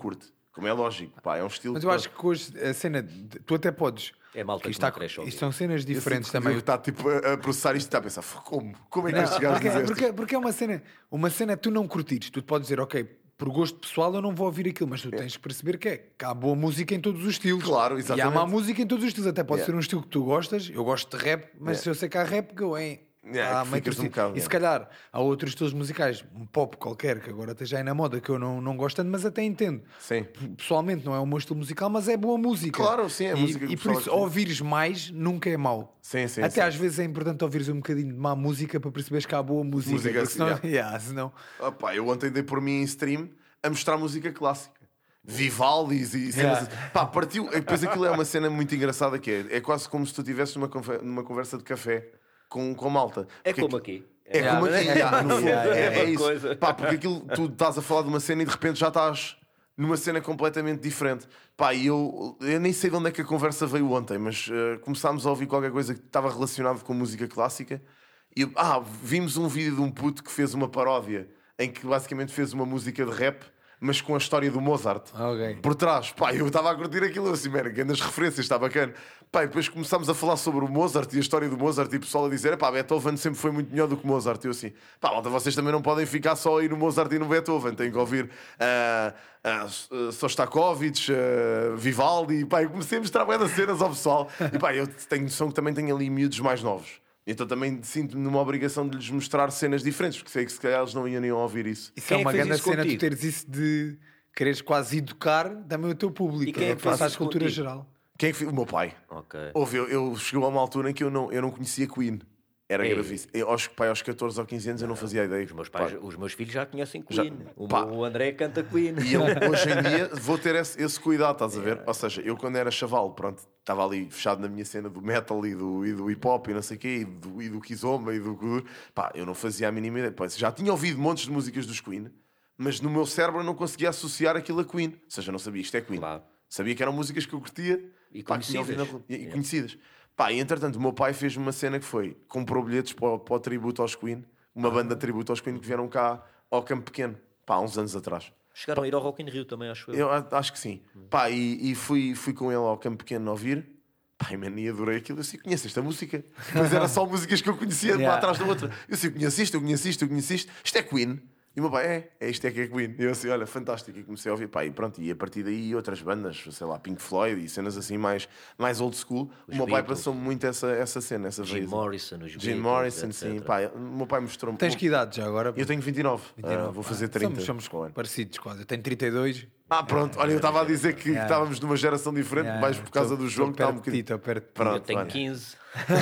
como é lógico, pá, é um estilo. Mas eu acho que hoje a cena, tu até podes. É malta que está, não cresce ao isto vivo. são cenas diferentes Esse também. que está tipo a processar isto e está a pensar, como? Como é que Não, estes gajos porque, dizem porque, estas? porque é uma cena, uma cena é tu não curtires, tu podes dizer, ok, por gosto pessoal eu não vou ouvir aquilo, mas tu tens que perceber que é que há boa música em todos os estilos. Claro, E há exatamente. má música em todos os estilos, até pode Yeah. ser um estilo que tu gostas, eu gosto de rap, mas Yeah. se eu sei que há rap, que eu hein, Yeah, há que meio ficas um torcido. bocado, E se yeah. calhar há outros estilos musicais, um pop qualquer, que agora esteja aí na moda, que eu não, não gosto tanto, mas até entendo. Sim. Pessoalmente não é o meu estilo musical, mas é boa música. Claro, sim, é e, música que E o por pessoal isso, gosta. ouvires mais nunca é mau. Sim, sim, Até sim. às vezes é importante ouvires um bocadinho de má música para perceberes que há boa música. Música, porque senão, yeah. yeah, senão... Opa, eu ontem dei por mim em stream a mostrar música clássica. Vivaldis e cenas. Yeah. Pá, partiu. Depois aquilo é uma cena muito engraçada que é. É quase como se tu estivesse numa, confe- numa conversa de café com, com malta. É Porque como aqui- aqui. É Yeah, como aqui, mas- yeah, no fundo, Yeah, yeah, é, yeah. é isso. Coisa. Pá, porque aquilo, tu estás a falar de uma cena e de repente já estás numa cena completamente diferente. Pá, e eu, eu nem sei de onde é que a conversa veio ontem, mas uh, começámos a ouvir qualquer coisa que estava relacionado com música clássica. E eu- ah, vimos um vídeo de um puto que fez uma paródia em que basicamente fez uma música de rap, mas com a história do Mozart Ok. por trás. Pá, eu estava a curtir aquilo eu assim, mano, grandes referências, está bacana. Pá, e depois começámos a falar sobre o Mozart e a história do Mozart e o pessoal a dizer, pá, Beethoven sempre foi muito melhor do que Mozart. E eu assim, pá, malta, vocês também não podem ficar só aí no Mozart e no Beethoven, têm que ouvir uh, uh, Sostakovich, uh, Vivaldi. E, pá, eu comecei a mostrar bem das cenas ao pessoal. E pá, eu tenho noção que também tenho ali miúdos mais novos. Então também sinto-me numa obrigação de lhes mostrar cenas diferentes, porque sei que se calhar eles não iam nem ouvir isso. Isso Quem é é uma que fez grande isso cena tu contigo? teres isso de quereres quase educar também o teu público. E quem é que fez Passares isso cultura contigo? geral. Quem é que fez? O meu pai. Ok. Houve, eu, eu chegou a uma altura em que eu não, eu não conhecia Queen. Era Ei. gravíssimo. Eu, aos, pai, aos catorze ou quinze anos eu não fazia ideia. Os meus, pais, os meus filhos já conhecem Já- Queen. O, pá. meu- o André canta Queen. E eu, hoje em dia, vou ter esse, esse cuidado, estás a ver? Ou seja, eu quando era chaval, pronto, estava ali fechado na minha cena do metal e do, e do hip hop e não sei o quê, e do, e do Kizomba e do... Pá, eu não fazia a mínima ideia. Pá, já tinha ouvido montes de músicas dos Queen, mas no meu cérebro eu não conseguia associar aquilo a Queen. Ou seja, não sabia, isto é Queen. Claro. Sabia que eram músicas que eu curtia E pá, que tinha conhecidas. ouvido na- e, e conhecidas. Pá, e entretanto, o meu pai fez uma cena que foi: comprou bilhetes para, o- para o tributo aos Queen, uma banda de tributo aos Queen que vieram cá ao Campo Pequeno, pá, há uns anos atrás. Chegaram a ir ao Rock in Rio também, acho eu. Eu a- acho que sim. Pá, e, e fui, fui com ele ao Campo Pequeno a ouvir. Pá, mano, e adorei aquilo. Eu assim, conheço esta música. Mas era só músicas que eu conhecia uma Yeah. atrás da outra. Eu assim, conheço isto, eu conheço isto, eu conheço isto. Isto é Queen. E o meu pai, é, é isto é que é Queen. E eu assim, olha, fantástico. E comecei a ouvir, pá, e pronto. E a partir daí outras bandas, sei lá, Pink Floyd e cenas assim mais, mais old school. Os o meu pai Beatles. passou muito essa, essa cena, essa Jim vez. Morrison, os Jim Beatles, Morrison, etcétera. sim. Pá, o meu pai mostrou-me. Tens que idade já agora? Eu tenho vinte e nove. vinte e nove. Ah, vou fazer Ah, trinta. Somos, somos para o ano. parecidos quase. Eu tenho trinta e dois. Ah, pronto. Olha, eu estava a dizer que Yeah. estávamos numa geração diferente, Yeah, mais por causa tô- do João tô que está um perto de ti, bocadinho. tô perto de ti. Pronto, Eu tenho olha. quinze.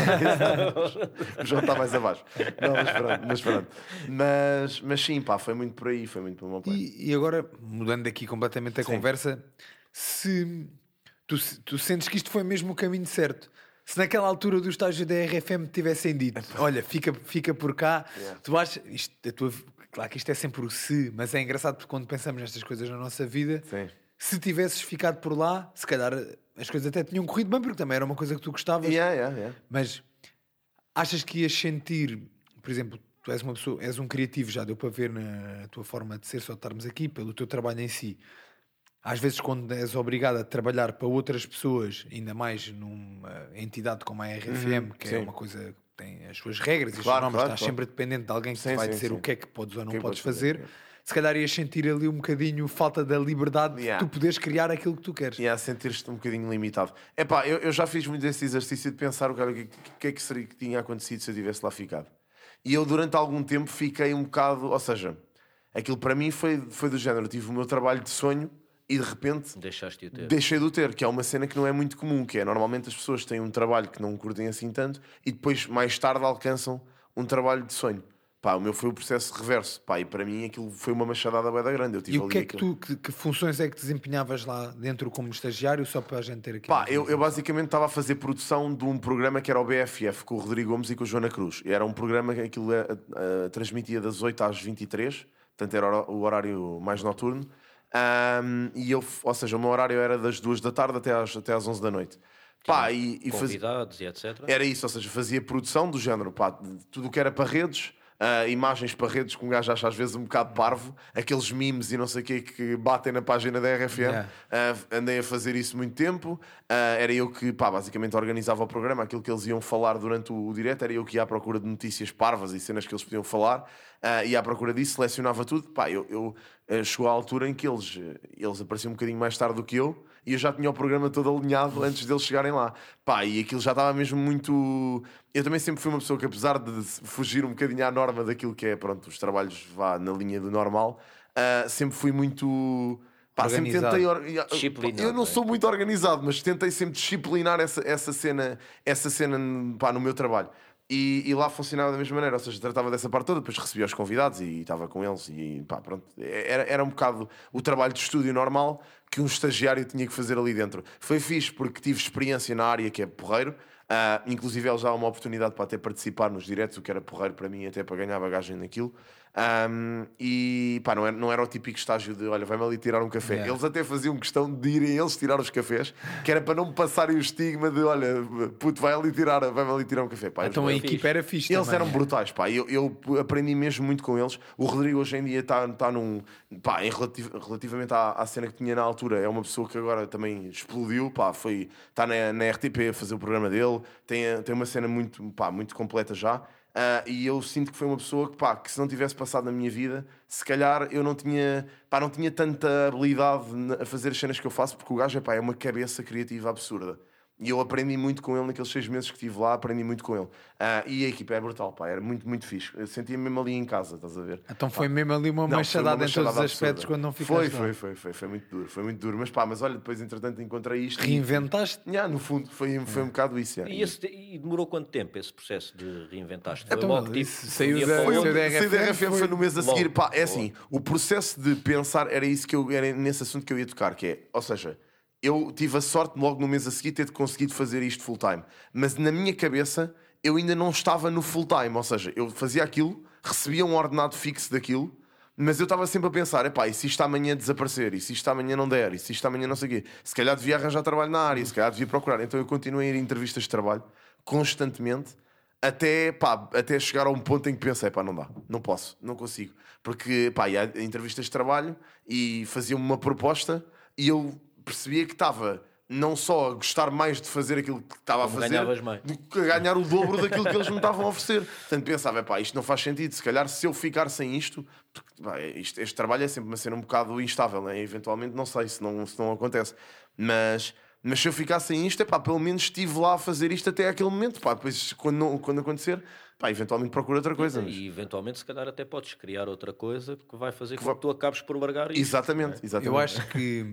O João está mais abaixo. Não, mas pronto, mas pronto. Mas, mas sim, pá, foi muito por aí, foi muito para o meu pai. E, e agora, mudando aqui completamente a Sim. conversa, se tu, tu sentes que isto foi mesmo o caminho certo, se naquela altura do estágio da R F M te tivessem dito, olha, fica, fica por cá, Yeah. tu achas, isto, a tua, claro que isto é sempre o se, mas é engraçado porque quando pensamos nestas coisas na nossa vida, Sim. se tivesses ficado por lá, se calhar as coisas até tinham corrido bem, porque também era uma coisa que tu gostavas. Yeah, yeah, yeah. Mas achas que ias sentir, por exemplo, tu és uma pessoa, és um criativo, já deu para ver na tua forma de ser, só de estarmos aqui, pelo teu trabalho em si. Às vezes, quando és obrigado a trabalhar para outras pessoas, ainda mais numa entidade como a R F M, Uhum, que sim. é uma coisa que tem as suas regras e os Claro, seus nomes, claro, estás claro. sempre dependente de alguém que Sim, te vai sim, dizer sim. o que é que podes ou não que podes podes fazer. fazer, Se calhar ias sentir ali um bocadinho falta da liberdade Yeah. de tu poderes criar aquilo que tu queres. E a sentir-te um bocadinho limitado. É pá, eu, eu já fiz muito esse exercício de pensar o que, o que, que é que seria que tinha acontecido se eu tivesse lá ficado. E eu durante algum tempo fiquei um bocado, ou seja, aquilo para mim foi, foi do género, eu tive o meu trabalho de sonho e de repente Deixaste de o ter. deixei de o ter, que é uma cena que não é muito comum, que é normalmente as pessoas têm um trabalho que não curtem assim tanto e depois mais tarde alcançam um trabalho de sonho. Pá, o meu foi o processo reverso. Pá, e para mim aquilo foi uma machadada bué da grande. Eu tive E o ali que é que aquilo. tu, que, que funções é que desempenhavas lá dentro como estagiário, só para a gente ter aqui? Pá, uma eu, eu noção? basicamente estava a fazer produção de um programa que era o B F F, com o Rodrigo Gomes e com a Joana Cruz. Era um programa que aquilo eh, eh, transmitia das oito às vinte e três, portanto era hora- o horário mais noturno. Ahm, e eu, ou seja, o meu horário era das duas da tarde até às, até às onze da noite. Pá, e, e fazia... Convidados e etcétera. Era isso, ou seja, fazia produção do género, pá, de tudo o que era para redes, uh, imagens para redes que um gajo acha às vezes um bocado parvo, aqueles memes e não sei o que que batem na página da R F M. Yeah. Uh, andei a fazer isso muito tempo. Uh, era eu que, pá, basicamente organizava o programa, aquilo que eles iam falar durante o, o direto, era eu que ia à procura de notícias parvas e cenas que eles podiam falar, uh, ia à procura disso, selecionava tudo. Pá, eu, eu uh, chegou à altura em que eles, eles apareciam um bocadinho mais tarde do que eu, e eu já tinha o programa todo alinhado antes deles chegarem lá. Pá, e aquilo já estava mesmo muito... Eu também sempre fui uma pessoa que, apesar de fugir um bocadinho à norma daquilo que é, pronto, os trabalhos vá na linha do normal, uh, sempre fui muito... Pá, sempre tentei... Or... Eu não sou muito organizado, mas tentei sempre disciplinar essa, essa cena, essa cena pá, no meu trabalho. E, e lá funcionava da mesma maneira, ou seja, tratava dessa parte toda, depois recebia os convidados e estava com eles e pá, pronto. Era, era um bocado o trabalho de estúdio normal que um estagiário tinha que fazer ali dentro. Foi fixe porque tive experiência na área que é porreiro, uh, inclusive eles davam uma oportunidade para até participar nos diretos, o que era porreiro para mim, até para ganhar bagagem naquilo. Um, e pá, não era, não era o típico estágio de olha, vai-me ali tirar um café. Yeah. Eles até faziam questão de irem eles tirar os cafés, que era para não me passarem o estigma de olha, puto, vai ali tirar, vai ali tirar um café. Pá, então a equipa era fixe. Eles também, eram é? brutais, pá. Eu, eu aprendi mesmo muito com eles. O Rodrigo hoje em dia está tá num. Pá, em relativ, relativamente à, à cena que tinha na altura, é uma pessoa que agora também explodiu. Pá, foi, está na, na R T P a fazer o programa dele, tem, tem uma cena muito, pá, muito completa já. Uh, e eu sinto que foi uma pessoa que, pá, que se não tivesse passado na minha vida, se calhar eu não tinha, pá, não tinha tanta habilidade a fazer as cenas que eu faço, porque o gajo pá, é uma cabeça criativa absurda. E eu aprendi muito com ele naqueles seis meses que estive lá, aprendi muito com ele. Uh, e a equipa é brutal, pá, era muito, muito fixe. Eu sentia-me mesmo ali em casa, estás a ver? Então foi pá. mesmo ali uma machadada em todos os aspectos quando não ficaste Foi, foi, foi, foi, foi muito duro, foi muito duro. Mas pá, mas olha, depois entretanto encontrei isto. Reinventaste? E, yeah, no fundo, foi, foi um bocado isso. Yeah. E, esse, e demorou quanto tempo esse processo de reinventaste? Foi então, logo, tipo, saiu da, foi, saiu da R F M, foi, foi no mês a seguir. Pá, é assim, o processo de pensar era isso que eu, era nesse assunto que eu ia tocar, que é, ou seja... Eu tive a sorte logo no mês a seguir ter conseguido fazer isto full time, mas na minha cabeça eu ainda não estava no full time, ou seja, eu fazia aquilo, recebia um ordenado fixo daquilo, mas eu estava sempre a pensar, epá, e se isto amanhã desaparecer, e se isto amanhã não der, e se isto amanhã não sei o quê, se calhar devia arranjar trabalho na área, se calhar devia procurar. Então eu continuei a ir a entrevistas de trabalho constantemente até, pá, até chegar a um ponto em que pensei, pá, não dá, não posso, não consigo, porque pá, ia a entrevistas de trabalho e faziam-me uma proposta e eu percebia que estava não só a gostar mais de fazer aquilo que estava a fazer do que a ganhar o dobro daquilo que eles me estavam a oferecer. Portanto pensava, pá, isto não faz sentido, se calhar se eu ficar sem isto, porque, pá, isto este trabalho é sempre uma cena um bocado instável, né? Eventualmente não sei se não, se não acontece, mas, mas se eu ficar sem isto, é pá, pelo menos estive lá a fazer isto até aquele momento, pá, depois quando, não, quando acontecer, pá, eventualmente procura outra coisa. E, mas... e eventualmente se calhar até podes criar outra coisa que vai fazer com que, que tu acabes por largar isso. Exatamente, é? exatamente. Eu acho que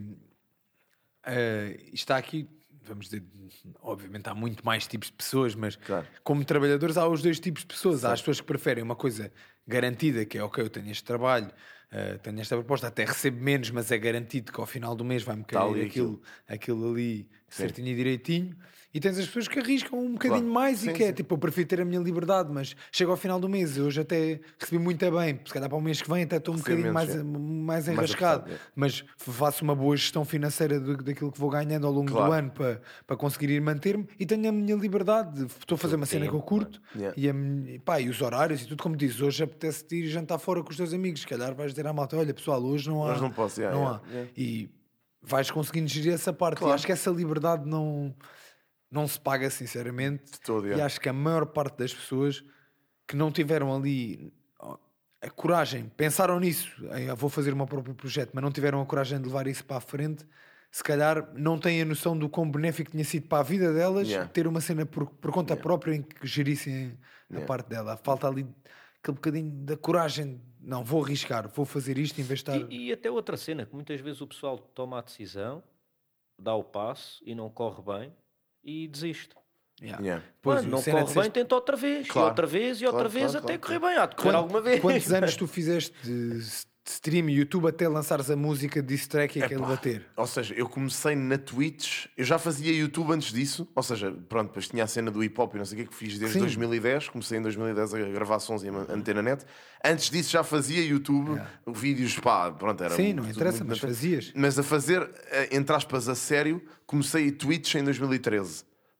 Uh, está aqui, vamos dizer, obviamente há muito mais tipos de pessoas, mas claro. Como trabalhadores há os dois tipos de pessoas. Certo. Há as pessoas que preferem uma coisa garantida, que é ok, eu tenho este trabalho, uh, tenho esta proposta, até recebo menos, mas é garantido que ao final do mês vai-me cair aquilo, aquilo. aquilo ali Sim. certinho e direitinho. E tens as pessoas que arriscam um bocadinho claro. mais sim, e que é, sim. tipo, eu prefiro ter a minha liberdade, mas chego ao final do mês, eu hoje até recebi muito bem, se calhar para o mês que vem até estou um bocadinho mais, mais enrascado, mais mas faço uma boa gestão financeira do, daquilo que vou ganhando ao longo claro. do ano para, para conseguir ir manter-me e tenho a minha liberdade, estou a fazer uma cena sim, que eu curto yeah. e, a, pá, e os horários e tudo, como dizes, hoje apetece-te ir jantar fora com os teus amigos, se calhar vais dizer à malta, olha pessoal, hoje não há, hoje não, posso, yeah, não yeah, há. Yeah. E vais conseguindo gerir essa parte claro. E acho que essa liberdade não... não se paga sinceramente todo, é. E acho que a maior parte das pessoas que não tiveram ali a coragem, pensaram nisso, eu vou fazer o meu próprio projeto, mas não tiveram a coragem de levar isso para a frente, se calhar não têm a noção do quão benéfico tinha sido para a vida delas yeah. ter uma cena por, por conta yeah. própria em que gerissem a yeah. parte dela. Falta ali aquele bocadinho da coragem, não, vou arriscar, vou fazer isto em vez de estar... E, e até outra cena, que muitas vezes o pessoal toma a decisão, dá o passo e não corre bem, e desiste. Yeah. Yeah. Pois, não corre bem, ser... tenta outra vez, claro. e outra vez, e outra claro, vez, claro, até claro. correr bem. Há de correr Quanto, alguma vez. Quantos anos tu fizeste de stream YouTube até lançares a música diss track e aquele bater? Ou seja, eu comecei na Twitch, eu já fazia YouTube antes disso, ou seja, pronto, depois tinha a cena do hip hop e não sei o que, que fiz desde Sim. dois mil e dez, comecei em dois mil e dez a gravar sons e a Antena Net. Antes disso já fazia YouTube, yeah. vídeos, pá, pronto, era... Sim, não interessa, mas fazias. Mas a fazer, entre aspas, a sério, comecei Twitch em dois mil e treze.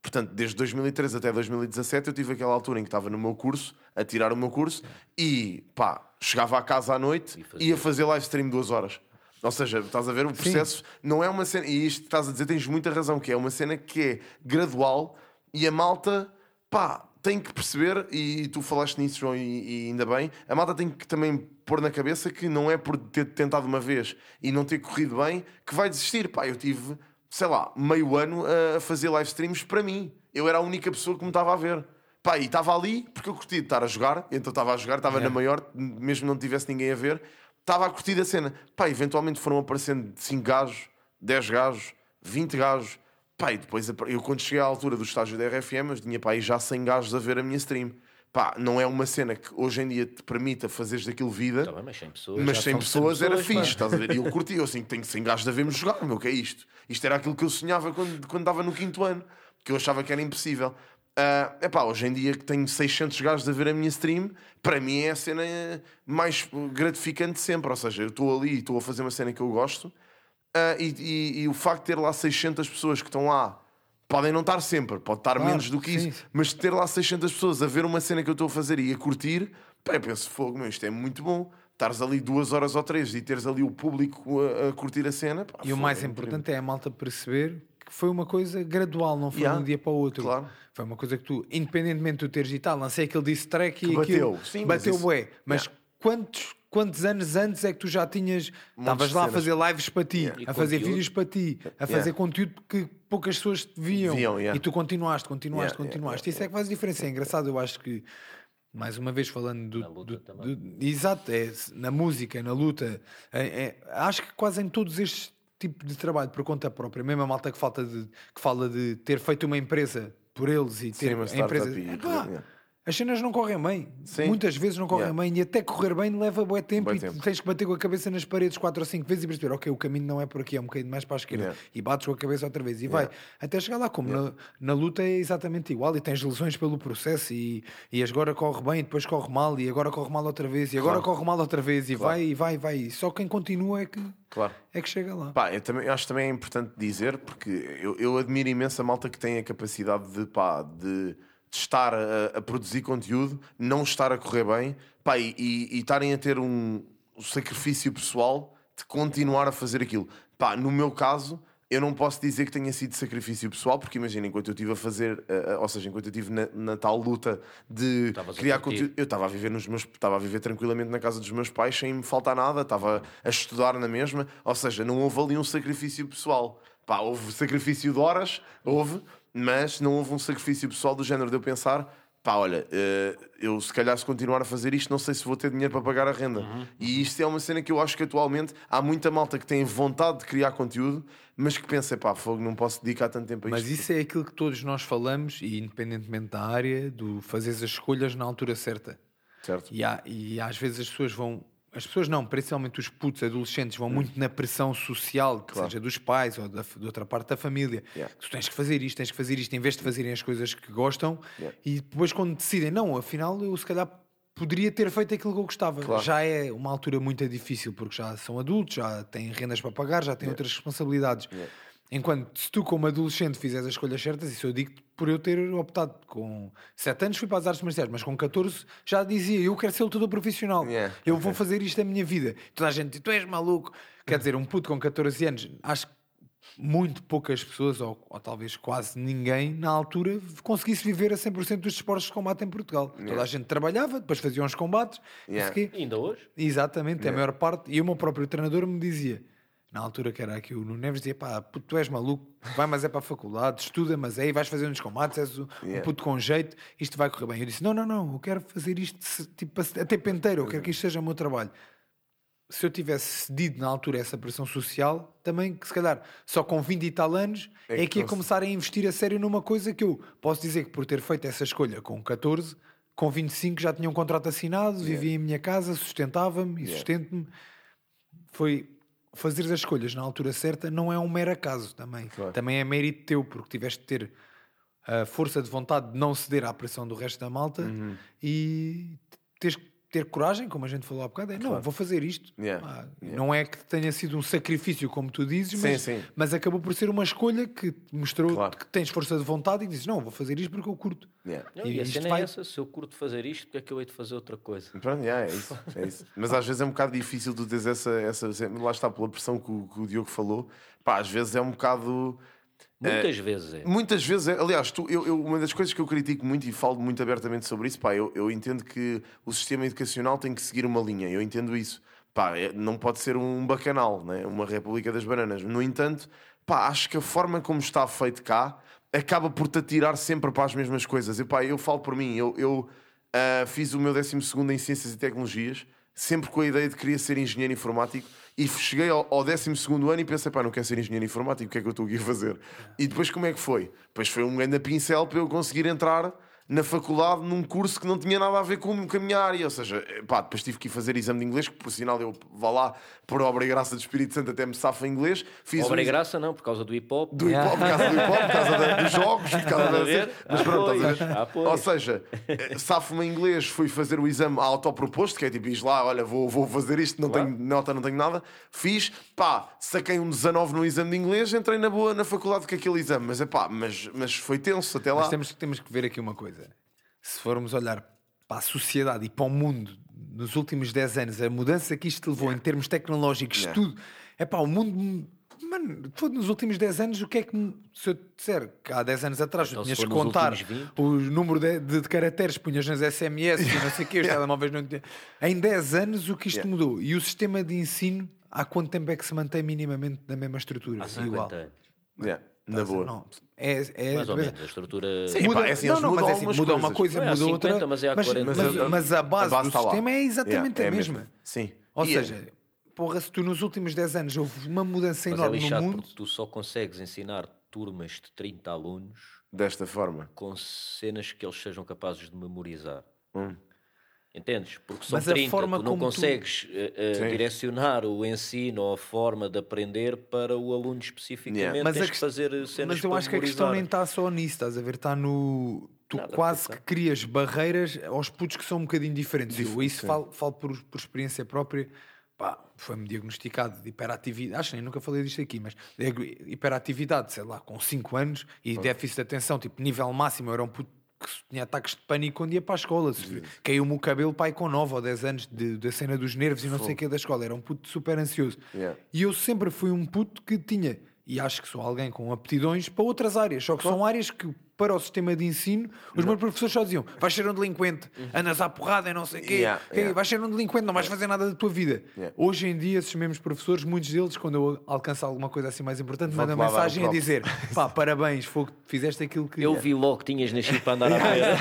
Portanto, desde dois mil e treze até dois mil e dezassete eu tive aquela altura em que estava no meu curso, a tirar o meu curso, e pá, chegava à casa à noite e ia fazer live stream duas horas. Ou seja, estás a ver, o processo Sim. não é uma cena, e isto estás a dizer, tens muita razão, que é uma cena que é gradual e a malta, pá, tem que perceber, e tu falaste nisso, João, e, e ainda bem, a malta tem que também pôr na cabeça que não é por ter tentado uma vez e não ter corrido bem que vai desistir. Pá, eu tive, sei lá, meio ano a fazer live streams para mim. Eu era a única pessoa que me estava a ver. Pá, e estava ali porque eu curti de estar a jogar, então estava a jogar, estava é. na maior, mesmo não tivesse ninguém a ver, estava a curtir a cena. Pá, eventualmente foram aparecendo cinco gajos, dez gajos, vinte gajos. Pá, e depois eu quando cheguei à altura do estágio da R F M, eu tinha pá, aí já cem gajos a ver a minha stream. Pá, não é uma cena que hoje em dia te permita fazeres daquilo vida, tá bem, mas cem pessoas, mas cem pessoas era pessoas, fixe, estás a ver? E eu curti, eu assim, tenho cem gajos a ver-me jogar, meu, o que é isto? Isto era aquilo que eu sonhava quando, quando estava no quinto ano, que eu achava que era impossível. Uh, epá, hoje em dia que tenho seiscentos gajos a ver a minha stream, para mim é a cena mais gratificante sempre. Ou seja, eu estou ali e estou a fazer uma cena que eu gosto, uh, e, e, e o facto de ter lá seiscentas pessoas que estão lá, podem não estar sempre, pode estar claro, menos do que sim. isso, mas ter lá seiscentas pessoas a ver uma cena que eu estou a fazer e a curtir, pá, eu penso, fogo, meu, isto é muito bom. Estares ali duas horas ou três e teres ali o público a, a curtir a cena. Pá, e o mais é importante incrível. É a malta perceber que foi uma coisa gradual, não foi yeah, de um dia para o outro. Claro. Foi uma coisa que tu, independentemente de tu teres e tal, lancei aquele diss track e bateu. aquilo Sim, bateu mas bué. Mas yeah. quantos, quantos anos antes é que tu já tinhas... Estavas lá a fazer lives para ti, yeah. a fazer conteúdo. Vídeos para ti, a fazer yeah. conteúdo que poucas pessoas te viam. viam yeah. E tu continuaste, continuaste, yeah, continuaste. Yeah, yeah, Isso yeah. é que faz a diferença. É engraçado, eu acho que, mais uma vez falando do... Na luta do, do, do exato, é, na música, na luta. É, é, acho que quase em todos estes tipo de trabalho por conta própria, mesmo a malta que, falta de, que fala de ter feito uma empresa por eles e ter Sim, a empresa... E, ah, as cenas não correm bem. Sim. Muitas vezes não correm yeah. bem e até correr bem leva bué tempo Bué e tempo. tens que bater com a cabeça nas paredes quatro ou cinco vezes e perceber, ok, o caminho não é por aqui, é um bocadinho mais para a esquerda. Yeah. E bates com a cabeça outra vez e yeah. vai. Até chegar lá, como yeah. na, na luta é exatamente igual e tens lesões pelo processo e, e agora corre bem e depois corre mal e agora corre mal outra vez e agora claro. corre mal outra vez e claro. vai e vai e vai. Só quem continua é que, claro. é que chega lá. Pá, eu, também, eu acho que também é importante dizer, porque eu, eu admiro imenso a malta que tem a capacidade de, pá, de... de estar a, a produzir conteúdo, não estar a correr bem, pá, e, e, e estarem a ter um, um sacrifício pessoal de continuar a fazer aquilo. Pá, no meu caso, eu não posso dizer que tenha sido sacrifício pessoal, porque imagina, enquanto eu estive a fazer, uh, ou seja, enquanto eu estive na, na tal luta de Estavas criar conteúdo, eu estava a viver nos meus, estava a viver tranquilamente na casa dos meus pais sem me faltar nada, estava a estudar na mesma, ou seja, não houve ali um sacrifício pessoal. Pá, houve sacrifício de horas, houve, mas não houve um sacrifício pessoal do género de eu pensar, pá, olha, eu se calhar se continuar a fazer isto, não sei se vou ter dinheiro para pagar a renda. Uhum. E isto é uma cena que eu acho que atualmente há muita malta que tem vontade de criar conteúdo, mas que pensa, pá, fogo, não posso dedicar tanto tempo a isto. Mas isso é aquilo que todos nós falamos, e independentemente da área, do fazer as escolhas na altura certa. Certo. E, há, e às vezes as pessoas vão... As pessoas não, principalmente os putos adolescentes, vão hum. muito na pressão social, que claro. seja dos pais ou da, de outra parte da família. Yeah. Que tu tens que fazer isto, tens que fazer isto, em vez de fazerem as coisas que gostam. Yeah. E depois quando decidem, não, afinal eu se calhar poderia ter feito aquilo que eu gostava. Claro. Já é uma altura muito difícil, porque já são adultos, já têm rendas para pagar, já têm yeah. outras responsabilidades. Yeah. Enquanto se tu como adolescente fizeres as escolhas certas, isso eu digo por eu ter optado com sete anos fui para as artes marciais, mas com catorze já dizia, eu quero ser lutador profissional, yeah. eu okay. vou fazer isto a minha vida. Toda a gente diz, tu és maluco. Quer dizer, um puto com catorze anos, acho que muito poucas pessoas, ou, ou talvez quase ninguém, na altura conseguisse viver a cem por cento dos desportos de combate em Portugal. Yeah. Toda a gente trabalhava, depois fazia uns combates. Yeah. E ainda hoje? Exatamente, yeah. a maior parte. E o meu próprio treinador me dizia, na altura que era aqui o Nuno Neves, dizia, pá, puto, tu és maluco, vai mas é para a faculdade, estuda, mas aí vais fazer uns combates, és um yeah. puto com jeito, isto vai correr bem. Eu disse, não, não, não, eu quero fazer isto tipo, a tempo inteiro, eu quero que isto seja o meu trabalho. Se eu tivesse cedido na altura essa pressão social, também que se calhar só com vinte e tal anos é, é que ia começar a investir a sério numa coisa que eu posso dizer que por ter feito essa escolha com catorze, com vinte e cinco já tinha um contrato assinado, yeah. vivia em minha casa, sustentava-me e yeah. sustento-me. Foi... Fazer as escolhas na altura certa não é um mero acaso também. Claro. Também é mérito teu, porque tiveste de ter a força de vontade de não ceder à pressão do resto da malta uhum. e teres que ter coragem, como a gente falou há bocado, é, não, claro. vou fazer isto. Yeah. Ah, yeah. Não é que tenha sido um sacrifício, como tu dizes, mas, sim, sim. mas acabou por ser uma escolha que te mostrou claro. que tens força de vontade e dizes, não, vou fazer isto porque eu curto. Yeah. Não, e, e a cena vai... é essa, se eu curto fazer isto, porque é que eu hei de fazer outra coisa? Pronto, yeah, é, isso, é isso. Mas às vezes é um bocado difícil tu teres essa, essa... Lá está, pela pressão que o, que o Diogo falou. Pá, às vezes é um bocado... Muitas é, vezes é. Muitas vezes é. Aliás, tu, eu, eu, uma das coisas que eu critico muito e falo muito abertamente sobre isso, pá, eu, eu entendo que o sistema educacional tem que seguir uma linha. Eu entendo isso. Pá, é, não pode ser um bacanal, né? Uma República das Bananas. No entanto, pá, acho que a forma como está feito cá acaba por te atirar sempre para as mesmas coisas. E, pá, eu falo por mim. Eu, eu uh, fiz o meu décimo segundo em Ciências e Tecnologias, sempre com a ideia de querer ser engenheiro informático. E cheguei ao, ao décimo segundo ano e pensei, pá, não quero ser engenheiro informático, o que é que eu estou aqui a fazer? E depois como é que foi? Depois foi um grande pincel para eu conseguir entrar na faculdade num curso que não tinha nada a ver com, com a minha área. Ou seja, pá, depois tive que ir fazer exame de inglês, que por sinal eu vá lá, por obra e graça do Espírito Santo, até me safo em inglês. Fiz obra um... e graça não, por causa do hip-hop. Do hip-hop, por causa do hip-hop, por causa da, dos jogos, por causa da... Mas pronto, estás a ver? Ou seja, safo-me em inglês, fui fazer o exame autoproposto, que é tipo, lá, olha, vou, vou fazer isto, não claro. tenho nota, não tenho nada. Fiz, pá, saquei um dezanove no exame de inglês, entrei na boa na faculdade com aquele exame. Mas é pá, mas, mas foi tenso até lá. Mas temos, temos que ver aqui uma coisa. Se formos olhar para a sociedade e para o mundo nos últimos dez anos, a mudança que isto levou yeah. em termos tecnológicos, yeah. tudo, é pá, o mundo, mano, foi nos últimos dez anos, o que é que, se eu te disser que há dez anos atrás então, tu tinhas que contar o número de, de, de caracteres, punhas nas S M S e não sei o quê, os yeah. telemóveis não tinham. Em dez anos, o que isto yeah. mudou? E o sistema de ensino, há quanto tempo é que se mantém minimamente na mesma estrutura? Há cinquenta anos. Yeah. Na boa. Não. É, é, mais ou menos, a estrutura... Sim, muda, pá, é assim, não, não, mas é assim, muda uma coisa, não é muda outra, cinquenta, mas, é mas, mas, mas, mas a base, a base do sistema lá. É exatamente yeah, a é mesma. mesmo. Sim. Ou e seja, é. porra, se tu nos últimos dez anos houve uma mudança mas enorme é lixado no mundo... porque tu só consegues ensinar turmas de trinta alunos... Desta forma. Com cenas que eles sejam capazes de memorizar. Hum. Entendes? Porque são mas trinta, forma tu não consegues tu... uh, uh, direcionar o ensino ou a forma de aprender para o aluno especificamente. Yeah. Mas tens que... que fazer cenas Mas eu acho memorizar. Que a questão nem está só nisso, estás a ver? Está no... Tu Nada quase que crias barreiras aos putos que são um bocadinho diferentes. Eu isso falo, falo por, por experiência própria. Pá, foi-me diagnosticado de hiperatividade. Acho que nem nunca falei disto aqui, mas hiperatividade, sei lá, com cinco anos e oh. déficit de atenção, tipo nível máximo, eu era um puto que tinha ataques de pânico quando ia para a escola. Caiu-me o cabelo, pai, com nove ou dez anos de, da cena dos nervos e não sei o que da escola. Era um puto super ansioso. Yeah. E eu sempre fui um puto que tinha, e acho que sou alguém com aptidões para outras áreas, só que são áreas que para o sistema de ensino os não. meus professores só diziam, vais ser um delinquente, andas à porrada e não sei o quê, yeah, yeah. vais ser um delinquente, não vais fazer nada da tua vida. Yeah. Hoje em dia esses mesmos professores, muitos deles, quando eu alcanço alguma coisa assim mais importante, mandam mensagem a dizer, pá, parabéns, foi, fizeste aquilo que... Eu vi logo que tinhas nascido para andar à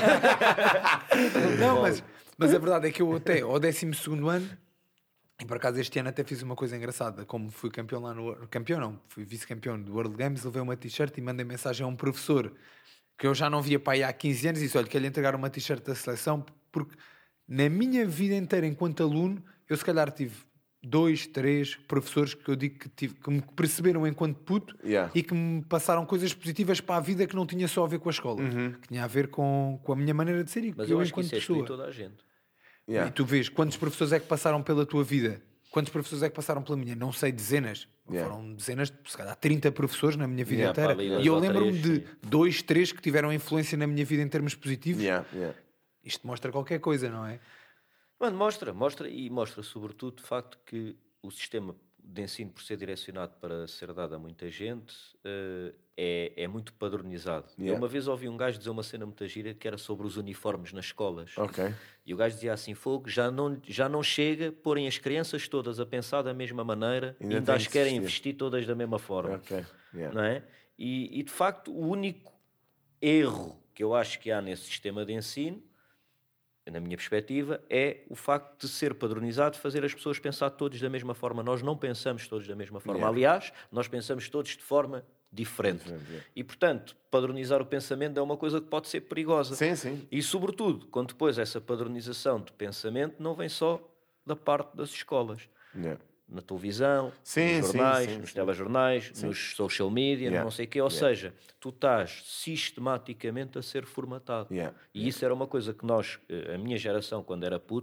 pé. Não, mas, mas a verdade é que eu até ao décimo segundo ano, e por acaso este ano até fiz uma coisa engraçada, como fui campeão lá no... Campeão não, fui vice-campeão do World Games, levei uma t-shirt e mandei mensagem a um professor que eu já não via para aí há quinze anos e disse, olha, quero-lhe entregar uma t-shirt da seleção, porque na minha vida inteira enquanto aluno, eu se calhar tive dois, três professores que eu digo que, tive, que me perceberam enquanto puto yeah. e que me passaram coisas positivas para a vida que não tinha só a ver com a escola, uhum. que tinha a ver com, com a minha maneira de ser e mas eu, eu acho enquanto que isso pessoa. É toda a gente. Yeah. E tu vês quantos professores é que passaram pela tua vida, quantos professores é que passaram pela minha, não sei, dezenas. Yeah. Foram dezenas, se calhar trinta professores na minha vida yeah, inteira. Pá, e eu lembro-me de sim. dois, três que tiveram influência na minha vida em termos positivos. Yeah, yeah. Isto mostra qualquer coisa, não é? Mano, mostra, mostra e mostra sobretudo de facto que o sistema de ensino, por ser direcionado para ser dado a muita gente, uh, é, é muito padronizado. Yeah. Eu uma vez ouvi um gajo dizer uma cena muito gira que era sobre os uniformes nas escolas. Okay. E o gajo dizia assim, fogo, já não, já não chega porem as crianças todas a pensar da mesma maneira, ainda, ainda as querem vestir todas da mesma forma. Okay. Yeah. Não é? E, e de facto o único erro que eu acho que há nesse sistema de ensino, na minha perspectiva, é o facto de ser padronizado, fazer as pessoas pensar todos da mesma forma. Nós não pensamos todos da mesma forma. Yeah. Aliás, nós pensamos todos de forma diferente. diferente yeah. E, portanto, padronizar o pensamento é uma coisa que pode ser perigosa. Sim, sim. E, sobretudo, quando depois essa padronização de pensamento não vem só da parte das escolas. Yeah. Na televisão, sim, nos jornais, sim, sim, nos sim. telejornais, sim. nos social media, yeah. não sei o quê. Ou yeah. seja, tu estás sistematicamente a ser formatado. Yeah. E isso era uma coisa que nós, a minha geração, quando era puto,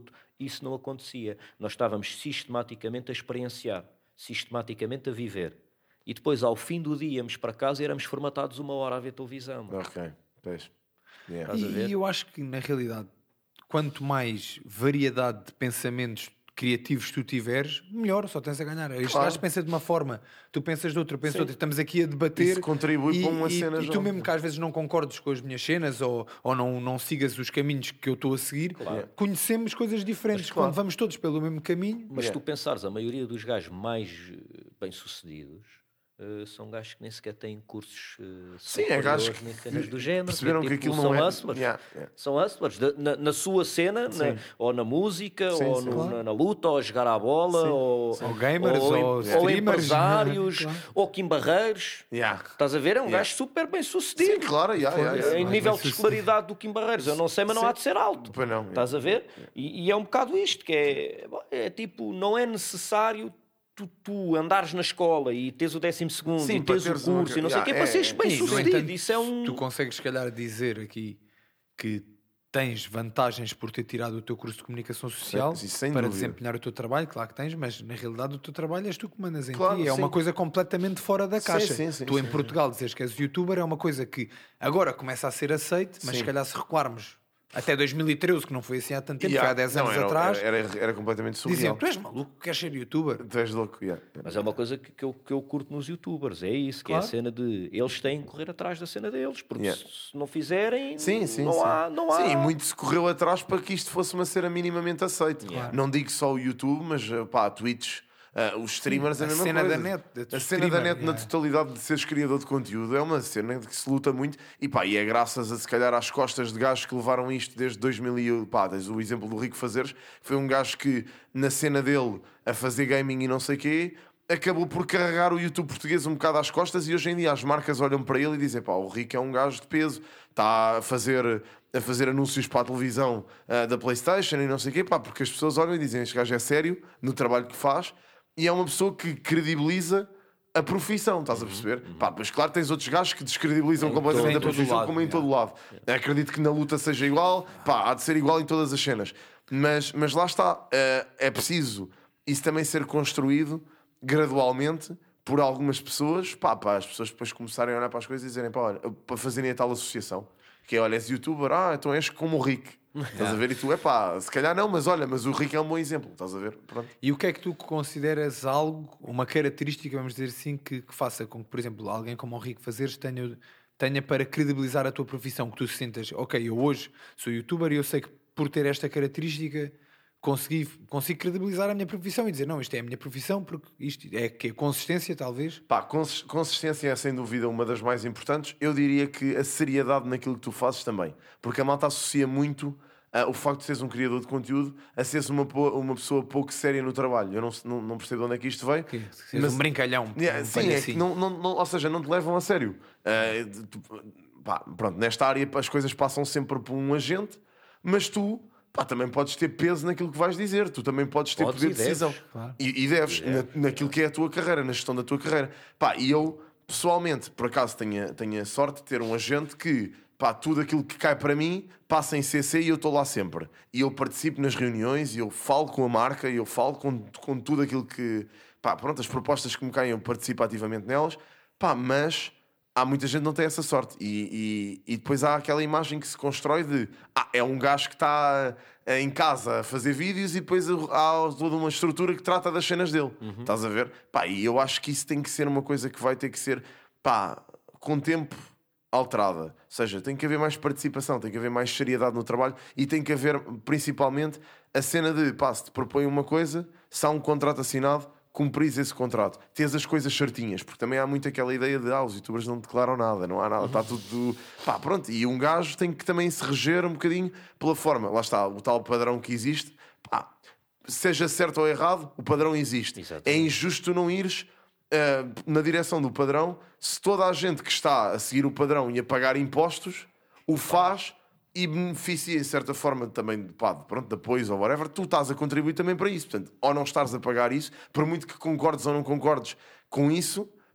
isso não acontecia. Nós estávamos sistematicamente a experienciar, sistematicamente a viver. E depois, ao fim do dia, íamos para casa e éramos formatados uma hora a ver televisão. Ok, pois. Yeah. E, e eu acho que, na realidade, quanto mais variedade de pensamentos criativos tu tiveres, melhor, só tens a ganhar. Este Claro. gajo pensa de uma forma, tu pensas de outra, pensa de outra, estamos aqui a debater. Isso contribui e, para uma e, cena E tu já. mesmo que às vezes não concordes com as minhas cenas ou, ou não, não sigas os caminhos que eu estou a seguir, Claro. conhecemos coisas diferentes. Mas, claro. Quando vamos todos pelo mesmo caminho, Mas Yeah. tu pensares, a maioria dos gajos mais eh, bem-sucedidos eh, são gajos que nem sequer têm cursos uh, Sim, é gajos que nem cenas do género. perceberam tipo, que aquilo são não é... hustlers. Yeah, yeah. São hustlers. De- na, na sua cena, na- ou na música, Sim, ou sim. no- Claro. na, na luta, ou a jogar à bola, Sim. ou, Ou gamers, ou, ou ou streamers, empresários, claro. ou Kim Barreiros. Yeah. Estás a ver? É um Yeah. gajo super bem-sucedido. Sim, claro, yeah, yeah, yeah. Em mais nível de bem-sucedido. escolaridade do Kim Barreiros, eu não sei, mas não Sim. há de ser alto. Pois não, Estás a ver? E, e é um bocado isto, que é, é tipo, não é necessário tu, tu andares na escola e teres o décimo segundo Sim, e para teres o teres uma- curso e não sei o quê, Yeah, para é- seres é- bem E, no sucedido. entanto, Isso é um... tu consegues, se calhar, dizer aqui que tens vantagens por ter tirado o teu curso de comunicação social Sim, sem para dúvida. desempenhar o teu trabalho, claro que tens, mas na realidade o teu trabalho és tu que mandas em Claro, ti, é sim. uma coisa completamente fora da Sim, caixa. sim, sim, tu em sim, Portugal dizes que és youtuber é uma coisa que agora começa a ser aceite, mas Sim. se calhar se recuarmos até dois mil e treze, que não foi assim há tanto tempo, Yeah. foi há dez Não, anos era, atrás, Era, era, era completamente surreal. diziam, tu és maluco, queres ser youtuber? Tu és louco, yeah. Mas é uma coisa que, que, eu, que eu curto nos youtubers, é isso, que Claro. é a cena de eles têm que correr atrás da cena deles, porque Yeah. se, se não fizerem, Sim, sim, não, sim. Há, não há. Sim, e muito se correu atrás para que isto fosse uma cena minimamente aceite. Yeah. Não digo só o YouTube, mas pá, a Twitch, ah, os streamers é a a mesma cena coisa. da net, de a cena streamer, da net na yeah. totalidade de seres criador de conteúdo é uma cena de que se luta muito e pá, e é graças a se calhar às costas de gajos que levaram isto desde dois mil e pá, desde o exemplo do Rico Fazeres, foi um gajo que na cena dele a fazer gaming e não sei quê, acabou por carregar o YouTube português um bocado às costas e hoje em dia as marcas olham para ele e dizem, pá, o Rico é um gajo de peso, está a fazer, a fazer anúncios para a televisão ah, da PlayStation e não sei o quê, pá, porque as pessoas olham e dizem, este gajo é sério no trabalho que faz e é uma pessoa que credibiliza a profissão, estás a perceber? Pá, mas claro, tens outros gajos que descredibilizam Em completamente todo- a em todo profissão, lado, como em yeah. todo lado. Acredito que na luta seja igual, pá, há de ser igual em todas as cenas. Mas, mas lá está, eh, é preciso isso também ser construído gradualmente por algumas pessoas, pá, para as pessoas depois começarem a olhar para as coisas e dizerem, pá, olha, para fazerem a tal associação, que é, olha, és youtuber, ah, então és como o Rick. Estás a ver? E tu, é pá, se calhar não, mas olha, mas o Rick é um bom exemplo, estás a ver? Pronto. E o que é que tu consideras algo, uma característica, vamos dizer assim, que, que faça com que, por exemplo, alguém como o Rico Fazeres tenha, tenha para credibilizar a tua profissão, que tu sintas, ok, eu hoje sou youtuber e eu sei que por ter esta característica consegui, consigo credibilizar a minha profissão e dizer, não, isto é a minha profissão, porque isto é que é consistência, talvez. Pá, cons- consistência é sem dúvida uma das mais importantes. Eu diria que a seriedade naquilo que tu fazes também. Porque a malta associa muito ah, o facto de seres um criador de conteúdo a seres uma, po- uma pessoa pouco séria no trabalho. Eu não, não, não percebo de onde é que isto veio. Que, que Mas- um brincalhão. Yeah, um sim, é que palhacinho. não, não, não- ou seja, não te levam a sério. Ah, de- tu- pá, pronto, nesta área as coisas passam sempre por um agente, mas tu pá, também podes ter peso naquilo que vais dizer, tu também podes ter Podes poder e de decisão. deves, claro. E, e deves, na, naquilo que é a tua carreira, na gestão da tua carreira. Pá, e eu, pessoalmente, por acaso, tenho, a- tenho a sorte de ter um agente que, pá, tudo aquilo que cai para mim passa em C C e eu estou lá sempre. E eu participo nas reuniões e eu falo com a marca e eu falo com, com tudo aquilo que, pá, pronto, as propostas que me caem, eu participo ativamente nelas. Pá, mas há muita gente que não tem essa sorte. E, e, e depois há aquela imagem que se constrói de, ah, é um gajo que está eh, em casa a fazer vídeos e depois há toda uma estrutura que trata das cenas dele. Estás a ver? Pá, e eu acho que isso tem que ser uma coisa que vai ter que ser, pá, com tempo alterada. Ou seja, tem que haver mais participação, tem que haver mais seriedade no trabalho e tem que haver, principalmente, a cena de, pá, se te propõe uma coisa, se há um contrato assinado, cumpris esse contrato, tens as coisas certinhas, porque também há muito aquela ideia de, ah, os youtubers não declaram nada, não há nada, está tudo, pá, pronto, e um gajo tem que também se reger um bocadinho pela forma, lá está, o tal padrão que existe, pá, seja certo ou errado, o padrão existe. Exatamente. É injusto não ires Uh, na direção do padrão, se toda a gente que está a seguir o padrão e a pagar impostos o faz e beneficia de certa forma também pá, pronto, de apoios ou whatever, tu estás a contribuir também para isso. Portanto, ou não estás a pagar isso, por muito que concordes ou não concordes com isso,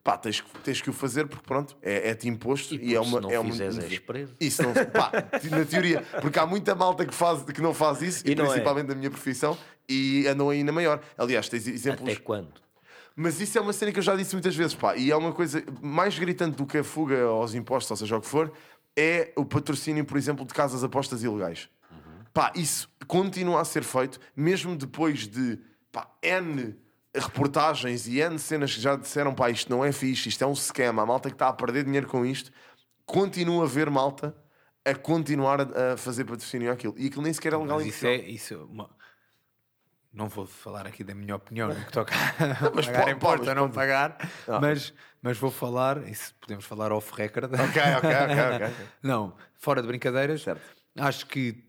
pá, tens, tens que o fazer porque pronto, é, é-te imposto E, e é se uma... não é uma fizeres, és preso. Isso não, pá, na teoria, porque há muita malta que, faz, que não faz isso, e, E não é. principalmente na minha profissão, e andam aí na maior. Aliás, tens exemplos... Até quando? Mas isso é uma cena que eu já disse muitas vezes, pá, e é uma coisa mais gritante do que a fuga aos impostos, ou seja, o que for, é o patrocínio, por exemplo, de casas apostas ilegais. Uhum. Pá, isso continua a ser feito, mesmo depois de, pá, N reportagens e N cenas que já disseram, pá, isto não é fixe, isto é um scam, a malta que está a perder dinheiro com isto, continua a ver malta a continuar a, a fazer patrocínio àquilo. E aquilo nem sequer é legal. Mas isso é... Isso é uma... Não vou falar aqui da minha opinião, no que toca a mas pagar pode, imposto pode, ou não pode. pagar, Ah. mas, mas vou falar, isso podemos falar off record. Ok, ok, ok, ok. Não, fora de brincadeiras, Certo. acho que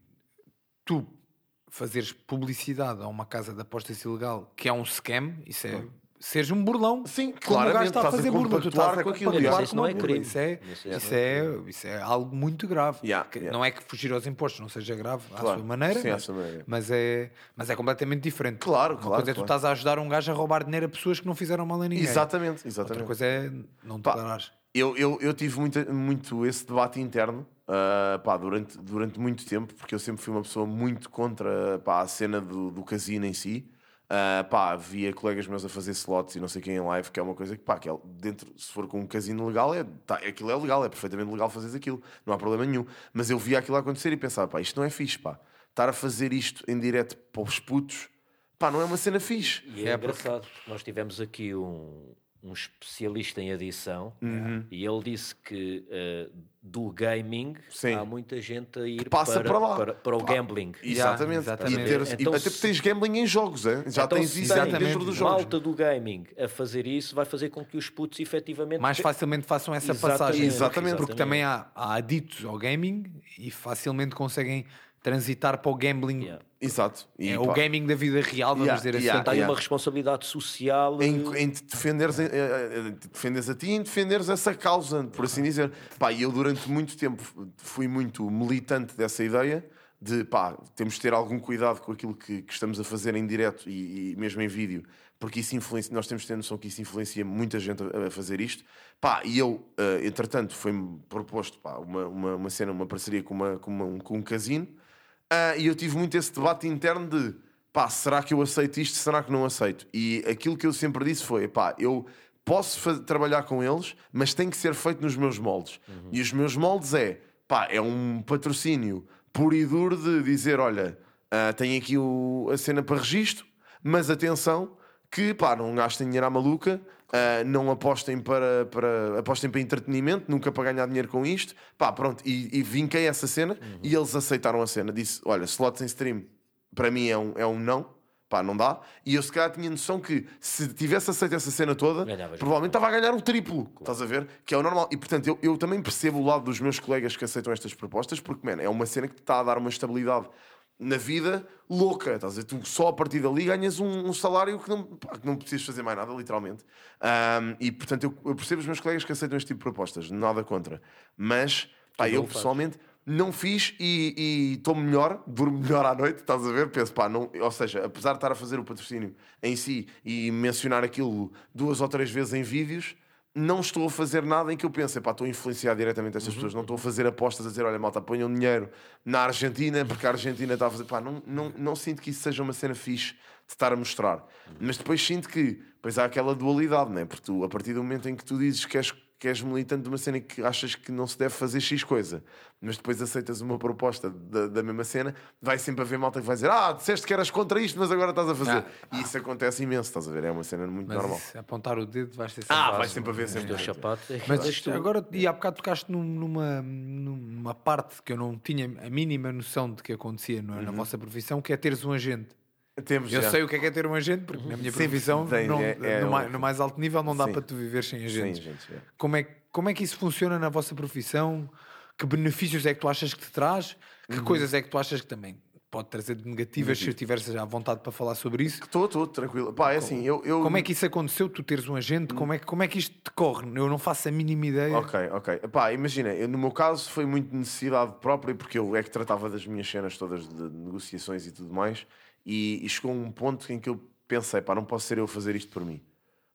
tu fazeres publicidade a uma casa de apostas ilegal, que é um scam, isso é... Seres um burlão. Sim, como o gajo claramente, está a estás a fazer burla. Tu estás compactuar a com aquilo. compactuar Mas isso com não uma é burla. crime. Isso é, Isso é- isso é, isso é algo muito grave. Yeah, Que yeah. Não é que fugir aos impostos não seja grave à Claro. sua maneira, Sim, à mas, sua maneira. mas é, mas é completamente diferente. Claro, Uma claro, coisa é tu claro. estás a ajudar um gajo a roubar dinheiro a pessoas que não fizeram mal a ninguém. Exatamente, Outra exatamente. coisa é não Pá, declarares. Eu, eu, eu tive muito, muito esse debate interno uh, pá, durante, durante muito tempo, porque eu sempre fui uma pessoa muito contra, pá, a cena do, do casino em si. Uh, pá, via colegas meus a fazer slots e não sei quem em live, que é uma coisa que, pá, que é dentro, se for com um casino legal, é, tá, aquilo é legal, é perfeitamente legal fazeres aquilo, não há problema nenhum. Mas eu via aquilo acontecer e pensava, pá, isto não é fixe, pá. Estar a fazer isto em direto para os putos, pá, não é uma cena fixe. E é, engraçado, porque nós tivemos aqui um, um especialista em adição Uhum. e ele disse que uh, do gaming Sim. há muita gente a ir Passa para, para lá. para, para o Pá, gambling. Exatamente. exatamente. E ter- Então, e até porque tens gambling em jogos, é? já Então, tens se isso tem dentro dos jogos. malta do gaming a fazer isso, vai fazer com que os putos efetivamente... Mais facilmente façam essa Exatamente, passagem. exatamente. Porque também há, há aditos ao gaming e facilmente conseguem transitar para o gambling. Yeah. Exato. E, É pá, o gaming da vida real, vamos Yeah, dizer assim. yeah, Tem yeah. uma responsabilidade social... Em, eh, em te defenderes, em, eh, eh, te defenderes a ti e em defenderes essa causa, por assim dizer. Pá, e eu durante muito tempo fui muito militante dessa ideia de, pá, temos de ter algum cuidado com aquilo que, que estamos a fazer em direto e, e mesmo em vídeo, porque isso influencia, nós temos de ter noção que isso influencia muita gente a, a fazer isto. Pá, e eu, eh, entretanto, foi-me proposto, pá, uma, uma, uma cena, uma parceria com, uma, com, uma, um, com um casino, ah, e eu tive muito esse debate interno de, pá, será que eu aceito isto, será que não aceito? E aquilo que eu sempre disse foi, pá, eu posso fa- trabalhar com eles, mas tem que ser feito nos meus moldes. Uhum. E os meus moldes é, pá, é um patrocínio puro e duro de dizer, olha, uh, tem aqui o, a cena para registro, mas atenção, que, pá, não gastem dinheiro à maluca, uh, não apostem para, para, apostem para entretenimento, nunca para ganhar dinheiro com isto, pá, pronto, e, e vinquei essa cena, uhum. E eles aceitaram a cena, disse, olha, slots em stream, para mim é um, é um não, pá, não dá. E eu se calhar tinha noção que se tivesse aceito essa cena toda, Ganhavas provavelmente estava a ganhar um triplo, claro. Estás a ver? Que é o normal. E portanto eu, eu também percebo o lado dos meus colegas que aceitam estas propostas, porque, man, é uma cena que te está a dar uma estabilidade na vida louca, estás a ver? Tu só a partir dali ganhas um, um salário que não, pá, que não precisas fazer mais nada, literalmente. Um, e portanto eu, eu percebo os meus colegas que aceitam este tipo de propostas, nada contra. Mas, pá, eu pessoalmente não fiz e estou melhor, durmo melhor à noite, estás a ver? Penso, pá, não, ou seja, apesar de estar a fazer o patrocínio em si e mencionar aquilo duas ou três vezes em vídeos, não estou a fazer nada em que eu pense, pá, estou a influenciar diretamente estas uhum. pessoas, não estou a fazer apostas a dizer, olha, malta, ponham dinheiro na Argentina, porque a Argentina está a fazer, pá, não, não, não sinto que isso seja uma cena fixe de estar a mostrar. Uhum. Mas depois sinto que, pois há aquela dualidade, não é? Porque tu, a partir do momento em que tu dizes que és que és militante de uma cena que achas que não se deve fazer X coisa, mas depois aceitas uma proposta da, da mesma cena, vai sempre haver malta que vai dizer, ah, disseste que eras contra isto, mas agora estás a fazer. Ah. E isso acontece imenso, estás a ver? É uma cena muito mas normal. Isso, apontar o dedo vais ter sempre. Ah, vai sempre haver sempre. Os sapatos. Mas isto, agora, e há bocado tocaste num, numa, numa parte que eu não tinha a mínima noção de que acontecia não é? Uhum. Na vossa profissão, que é teres um agente. Temos, eu já. sei o que é, que é ter um agente, porque na minha Sempre profissão, tem, não, é, é, no, é, mais, no mais alto nível, não dá sim. para tu viver sem agentes. Sim, gente, é. Como, é, como é que isso funciona na vossa profissão? Que benefícios é que tu achas que te traz? Que uhum. coisas é que tu achas que também pode trazer de negativas, Negativo. Se eu tivesse já vontade para falar sobre isso? Estou, estou, tranquilo. Pá, é como, assim, eu, eu... como é que isso aconteceu? Tu teres um agente? Hum. Como, é, como é que isto decorre? Eu não faço a mínima ideia. Ok, ok. Pá, imagina, eu, no meu caso foi muito necessidade própria, porque eu é que tratava das minhas cenas todas de negociações e tudo mais, e, e chegou um ponto em que eu pensei, pá, não posso ser eu a fazer isto por mim.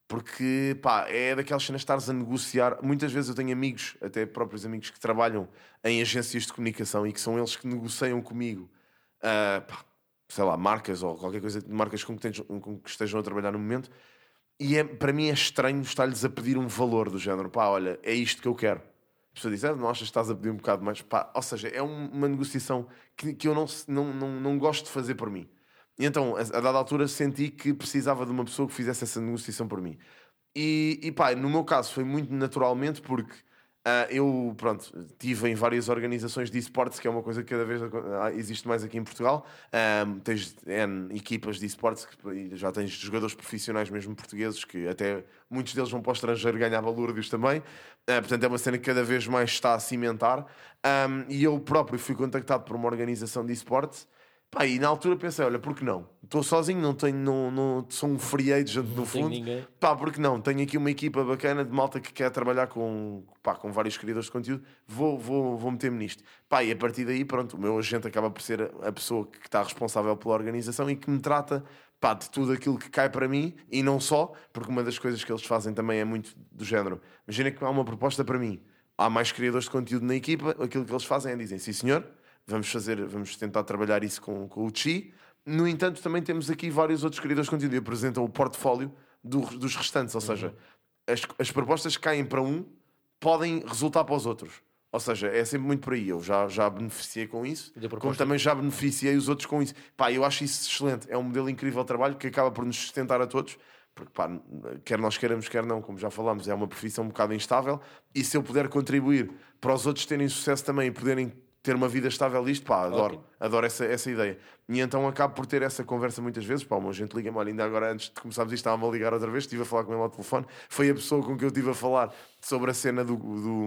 Porque, pá, é daquelas cenas de estares a negociar. Muitas vezes eu tenho amigos, até próprios amigos, que trabalham em agências de comunicação e que são eles que negociam comigo, uh, pá, sei lá, marcas ou qualquer coisa de marcas com que, tens, com que estejam a trabalhar no momento. E é, para mim é estranho estar-lhes a pedir um valor do género. Pá, olha, é isto que eu quero. A pessoa diz, ah, não achas que estás a pedir um bocado mais? Pá, ou seja, é um, uma negociação que, que eu não, não, não, não gosto de fazer por mim. E então, a, a dada altura, senti que precisava de uma pessoa que fizesse essa negociação por mim. E, e pá, no meu caso foi muito naturalmente porque uh, eu, pronto, estive em várias organizações de esportes, que é uma coisa que cada vez existe mais aqui em Portugal. Um, tens N equipas de esportes, que já tens jogadores profissionais mesmo portugueses, que até muitos deles vão para o estrangeiro ganhar valúrdios também. Uh, portanto, é uma cena que cada vez mais está a cimentar. Um, e eu próprio fui contactado por uma organização de esportes. Pá, e na altura pensei, olha, por que não? Estou sozinho, não tenho, não, não, sou um free agent no fundo. Pá, por que não? Tenho aqui uma equipa bacana de malta que quer trabalhar com, pá, com vários criadores de conteúdo, vou, vou, vou meter-me nisto. Pá, e a partir daí, pronto, o meu agente acaba por ser a pessoa que está responsável pela organização e que me trata, pá, de tudo aquilo que cai para mim, e não só, porque uma das coisas que eles fazem também é muito do género. Imagina que há uma proposta para mim, há mais criadores de conteúdo na equipa, aquilo que eles fazem é dizem, sim senhor, Vamos fazer, vamos tentar trabalhar isso com, com o Chi. No entanto, também temos aqui vários outros criadores de conteúdo e apresentam o portfólio do, dos restantes. Ou seja, uhum. as, as propostas que caem para um podem resultar para os outros. Ou seja, é sempre muito por aí. Eu já, já beneficiei com isso, como também já beneficiei os outros com isso. Pá, eu acho isso excelente. É um modelo incrível de trabalho que acaba por nos sustentar a todos. Porque, pá, quer nós queiramos, quer não, como já falámos, é uma profissão um bocado instável. E se eu puder contribuir para os outros terem sucesso também e poderem ter uma vida estável disto, pá, adoro, okay. adoro essa, essa ideia. E então acabo por ter essa conversa muitas vezes, pá, uma gente liga-me, olha, ainda agora antes de começarmos isto estava-me a ligar outra vez, estive a falar com ele ao telefone, foi a pessoa com que eu estive a falar sobre a cena do... do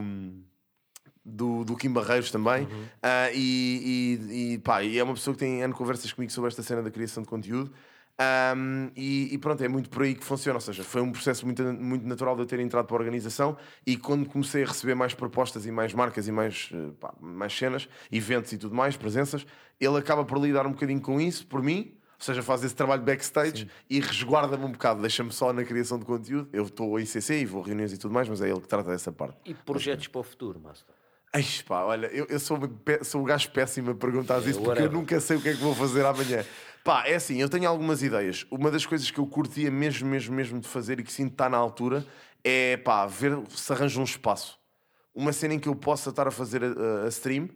Do, do Kim Barreiros também, uhum. uh, e, e, e, pá, e é uma pessoa que tem N conversas comigo sobre esta cena da criação de conteúdo. Um, e, e pronto, é muito por aí que funciona. Ou seja, foi um processo muito, muito natural de eu ter entrado para a organização. E quando comecei a receber mais propostas e mais marcas e mais, pá, mais cenas, eventos e tudo mais, presenças, ele acaba por lidar um bocadinho com isso, por mim. Ou seja, faz esse trabalho backstage. Sim. E resguarda-me um bocado, deixa-me só na criação de conteúdo. Eu estou em C C e vou a reuniões e tudo mais, mas é ele que trata dessa parte. E projetos Mas, para o futuro, Master? Eish, pá, olha, eu, eu sou, sou um gajo péssimo a perguntar é, isso porque whatever. Eu nunca sei o que é que vou fazer amanhã. Pá, é assim, eu tenho algumas ideias. Uma das coisas que eu curtia mesmo, mesmo, mesmo de fazer e que sinto estar na altura é, pá, ver se arranja um espaço. Uma cena em que eu possa estar a fazer a, a stream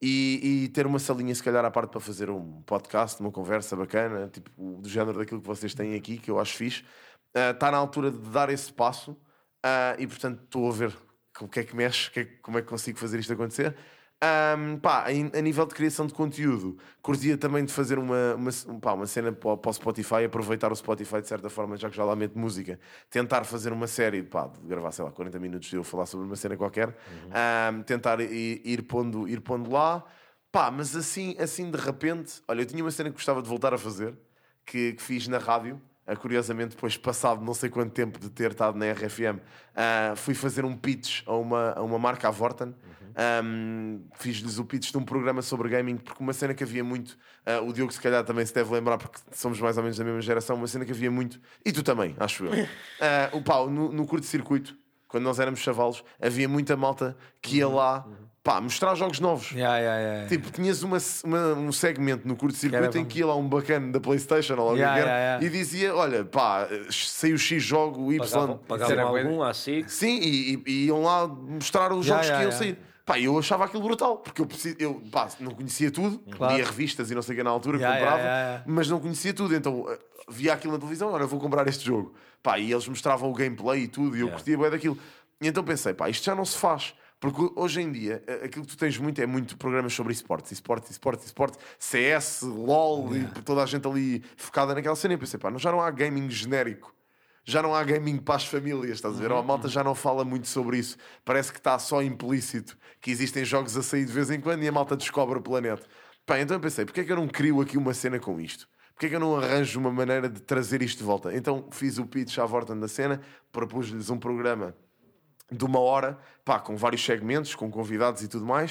e, e ter uma salinha, se calhar, à parte para fazer um podcast, uma conversa bacana, tipo, do género daquilo que vocês têm aqui, que eu acho fixe. Uh, está na altura de dar esse passo uh, e, portanto, estou a ver o que é que mexe, que é, como é que consigo fazer isto acontecer. Um, pá, a nível de criação de conteúdo, curtia também de fazer uma, uma, pá, uma cena para, para o Spotify, aproveitar o Spotify de certa forma, já que já lá meto música, tentar fazer uma série, pá, de gravar, sei lá, quarenta minutos de eu falar sobre uma cena qualquer, uhum. um, tentar ir, ir, pondo, ir pondo lá, pá, mas assim, assim de repente, olha, eu tinha uma cena que gostava de voltar a fazer, que, que fiz na rádio. Curiosamente, depois passado não sei quanto tempo de ter estado na R F M, uh, fui fazer um pitch a uma, a uma marca, a Vorten. Uhum. Um, fiz-lhes o pitch de um programa sobre gaming, porque uma cena que havia muito, uh, o Diogo se calhar também se deve lembrar, porque somos mais ou menos da mesma geração, uma cena que havia muito, e tu também, acho eu. Uh, o pau, no, no curto-circuito, quando nós éramos chavalos, havia muita malta que ia lá, pá, mostrar jogos novos. Yeah, yeah, yeah, tipo, yeah. Tinhas uma, uma, um segmento no curto-circuito em que ia lá um bacana da PlayStation ou yeah, yeah, yeah. e dizia, olha, pá, saiu X jogo, o Y. Pagavam, pagavam algum assim. Sim, e, e, e iam lá mostrar os jogos yeah, yeah, que iam yeah. sair. Pá, eu achava aquilo brutal, porque eu, eu pá, não conhecia tudo, claro. Lia revistas e não sei o que na altura, yeah, comprava, yeah, yeah, yeah. mas não conhecia tudo, então via aquilo na televisão, olha, vou comprar este jogo. Pá, e eles mostravam o gameplay e tudo, e eu yeah. curtia bem daquilo. E então pensei, pá, isto já não se faz. Porque hoje em dia, aquilo que tu tens muito é muito programas sobre esportes, esportes, esportes, esportes, C S, LOL, yeah. e toda a gente ali focada naquela cena. E eu pensei, pá, já não há gaming genérico. Já não há gaming para as famílias, estás a ver? Uhum. A malta já não fala muito sobre isso. Parece que está só implícito que existem jogos a sair de vez em quando e a malta descobre o planeta. Pá, então eu pensei, porque é que eu não crio aqui uma cena com isto? Porque é que eu não arranjo uma maneira de trazer isto de volta? Então fiz o pitch à volta da cena, propus-lhes um programa de uma hora, pá, com vários segmentos, com convidados e tudo mais,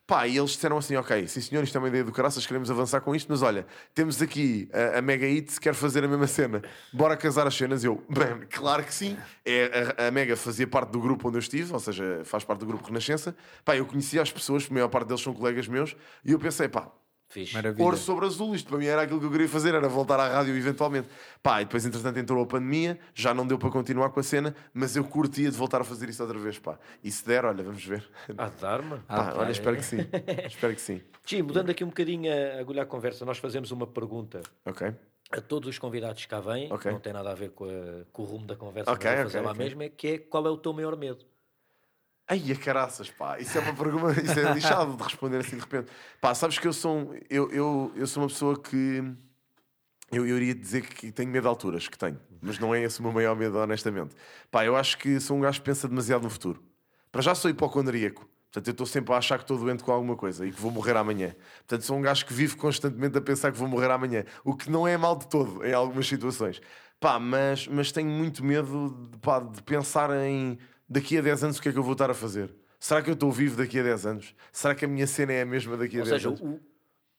Pá, e eles disseram assim, ok, sim senhor, isto é uma ideia do caraças, queremos avançar com isto, mas olha, temos aqui a, a Mega Hits, quer fazer a mesma cena, bora casar as cenas. Eu, bem, claro que sim. É, a, a Mega fazia parte do grupo onde eu estive, ou seja, faz parte do grupo Renascença. Pá, eu conhecia as pessoas, a maior parte deles são colegas meus, e eu pensei, pá, ouro sobre azul, isto para mim era aquilo que eu queria fazer, era voltar à rádio eventualmente. Pá, e depois entretanto entrou a pandemia, já não deu para continuar com a cena, mas eu curtia de voltar a fazer isso outra vez, pá. E se der, olha, vamos ver. Há de dar, mano. Pá, olha, espero que sim. Espero que sim. Tim, mudando aqui um bocadinho a agulha à conversa, nós fazemos uma pergunta Ok. a todos os convidados que cá vêm, Ok. não tem nada a ver com, a- com o rumo da conversa, Ok, mas vou ok, fazer lá ok. mesmo, é que é qual é o teu maior medo? Ai, a caraças, pá, isso é uma pergunta, isso é lixado de responder assim de repente. Pá, sabes que eu sou, um, eu, eu, eu sou uma pessoa que, eu, eu iria dizer que tenho medo de alturas, que tenho, mas não é esse o meu maior medo, honestamente. Pá, eu acho que sou um gajo que pensa demasiado no futuro. Para já sou hipocondríaco, portanto eu estou sempre a achar que estou doente com alguma coisa e que vou morrer amanhã. Portanto sou um gajo que vive constantemente a pensar que vou morrer amanhã, o que não é mal de todo em algumas situações. Pá, mas, mas tenho muito medo de, pá, de pensar em... daqui a dez anos o que é que eu vou estar a fazer? Será que eu estou vivo daqui a dez anos? Será que a minha cena é a mesma daqui a Ou dez seja, anos? o,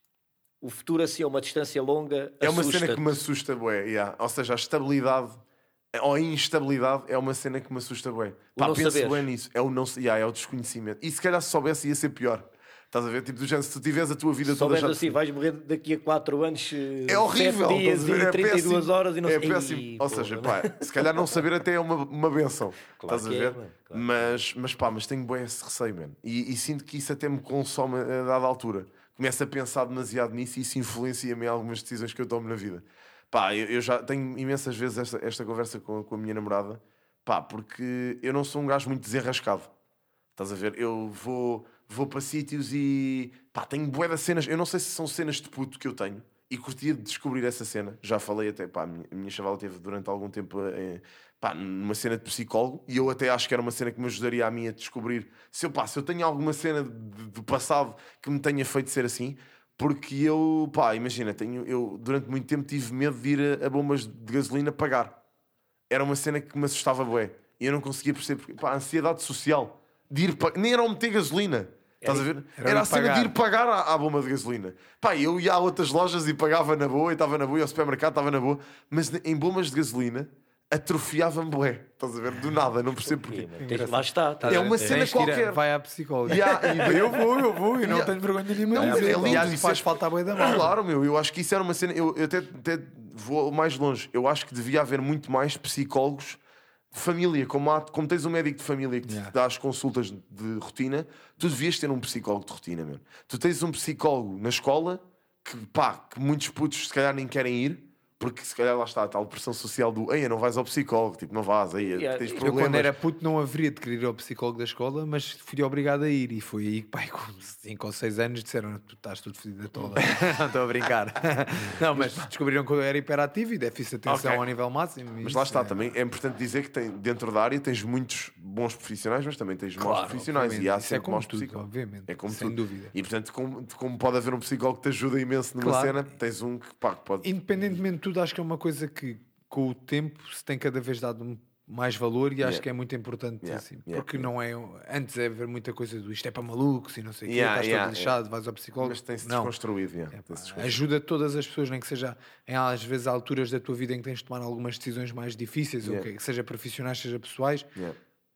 o futuro assim a uma distância longa É uma assusta-te. cena que me assusta, bué. Yeah. Ou seja, a estabilidade ou a instabilidade é uma cena que me assusta, bué. Pá, não penso saberes. bem nisso. É o, não, yeah, é o desconhecimento. E se calhar se soubesse ia ser pior. Estás a ver? Tipo, do género, se tu tiveres a tua vida Se toda souberes já... assim, vais morrer daqui a quatro anos, É horrível, sete dias estás a ver? e É trinta e duas péssimo. horas e não É sei. péssimo. Ih, Ou porra, seja, não pá, se calhar não saber até é uma, uma benção. Claro Estás a que é, ver? mano, claro mas, mas pá, mas tenho bem esse receio, mano. E, e sinto que isso até me consome a dada altura. Começo a pensar demasiado nisso e isso influencia-me em algumas decisões que eu tomo na vida. Pá, eu, eu já tenho imensas vezes esta, esta conversa com, com a minha namorada, pá, porque eu não sou um gajo muito desenrascado. Estás a ver? Eu vou, vou para sítios e pá, tenho bué de cenas. Eu não sei se são cenas de puto que eu tenho e curtia de descobrir essa cena. Já falei até, pá, a minha, a minha chavala teve durante algum tempo eh, pá, numa cena de psicólogo e eu até acho que era uma cena que me ajudaria a mim a descobrir se eu, pá, se eu tenho alguma cena do passado que me tenha feito ser assim. Porque eu, pá, imagina, tenho, eu durante muito tempo tive medo de ir a, a bombas de gasolina pagar. Era uma cena que me assustava bué. E eu não conseguia perceber, porque, pá, a ansiedade social. De ir pa... Nem era ao meter gasolina. Estás a ver? Era Era ir a cena pagar. de ir pagar à, à bomba de gasolina. Pá, eu ia a outras lojas e pagava na boa, e estava na boa, e ao supermercado estava na boa. Mas em bombas de gasolina, atrofiava-me bué. Estás a ver? Do nada, não percebo porquê. Tens- lá está. tá É a uma ver? cena Tens que ir a- qualquer. Vai à psicóloga. Yeah, e- Eu vou, eu vou, e não Yeah. tenho vergonha de me Não, dizer. é lindo, E acho que isso faz é- falta a boia da mão. Claro, meu, eu acho que isso era uma cena. Eu, eu até, até vou mais longe. Eu acho que devia haver muito mais psicólogos de família. Como, há, como tens um médico de família que te Yeah. dá as consultas de rotina, tu devias ter um psicólogo de rotina, meu. Tu tens um psicólogo na escola que, pá, que muitos putos se calhar nem querem ir. Porque se calhar lá está a tal pressão social do ei, não vais ao psicólogo, tipo, não vás, aí Yeah, tens eu Eu, problemas. quando era puto, não haveria de querer ir ao psicólogo da escola, mas fui obrigado a ir. E foi aí que, pai, com cinco ou seis anos, disseram: tu estás tudo fedido toda. Não estou a brincar. Não, mas descobriram que eu era hiperativo e déficit de atenção Ok. ao nível máximo. Mas Isso lá está, é- também é importante dizer que tem, dentro da área tens muitos bons profissionais, mas também tens maus Claro, profissionais. obviamente. E há Isso é sempre como maus tudo, psicólogos. obviamente. É como Sem tudo. dúvida. E portanto, como, como pode haver um psicólogo que te ajuda imenso numa Claro. cena, tens um que, pá, que pode. Independentemente de tudo, acho que é uma coisa que com o tempo se tem cada vez dado um- mais valor e acho Yeah. que é muito importante Yeah, assim. yeah, Porque yeah. não é. Antes é haver muita coisa do isto é para malucos e não sei o Yeah, quê, estás yeah, todo lixado, vais ao psicólogo. Mas tem-se Não. desconstruído. yeah, É, pá, tem-se desconstruído. ajuda todas as pessoas, nem que seja em às vezes alturas da tua vida em que tens de tomar algumas decisões mais difíceis, Yeah. ou que seja profissionais, seja pessoais, Yeah.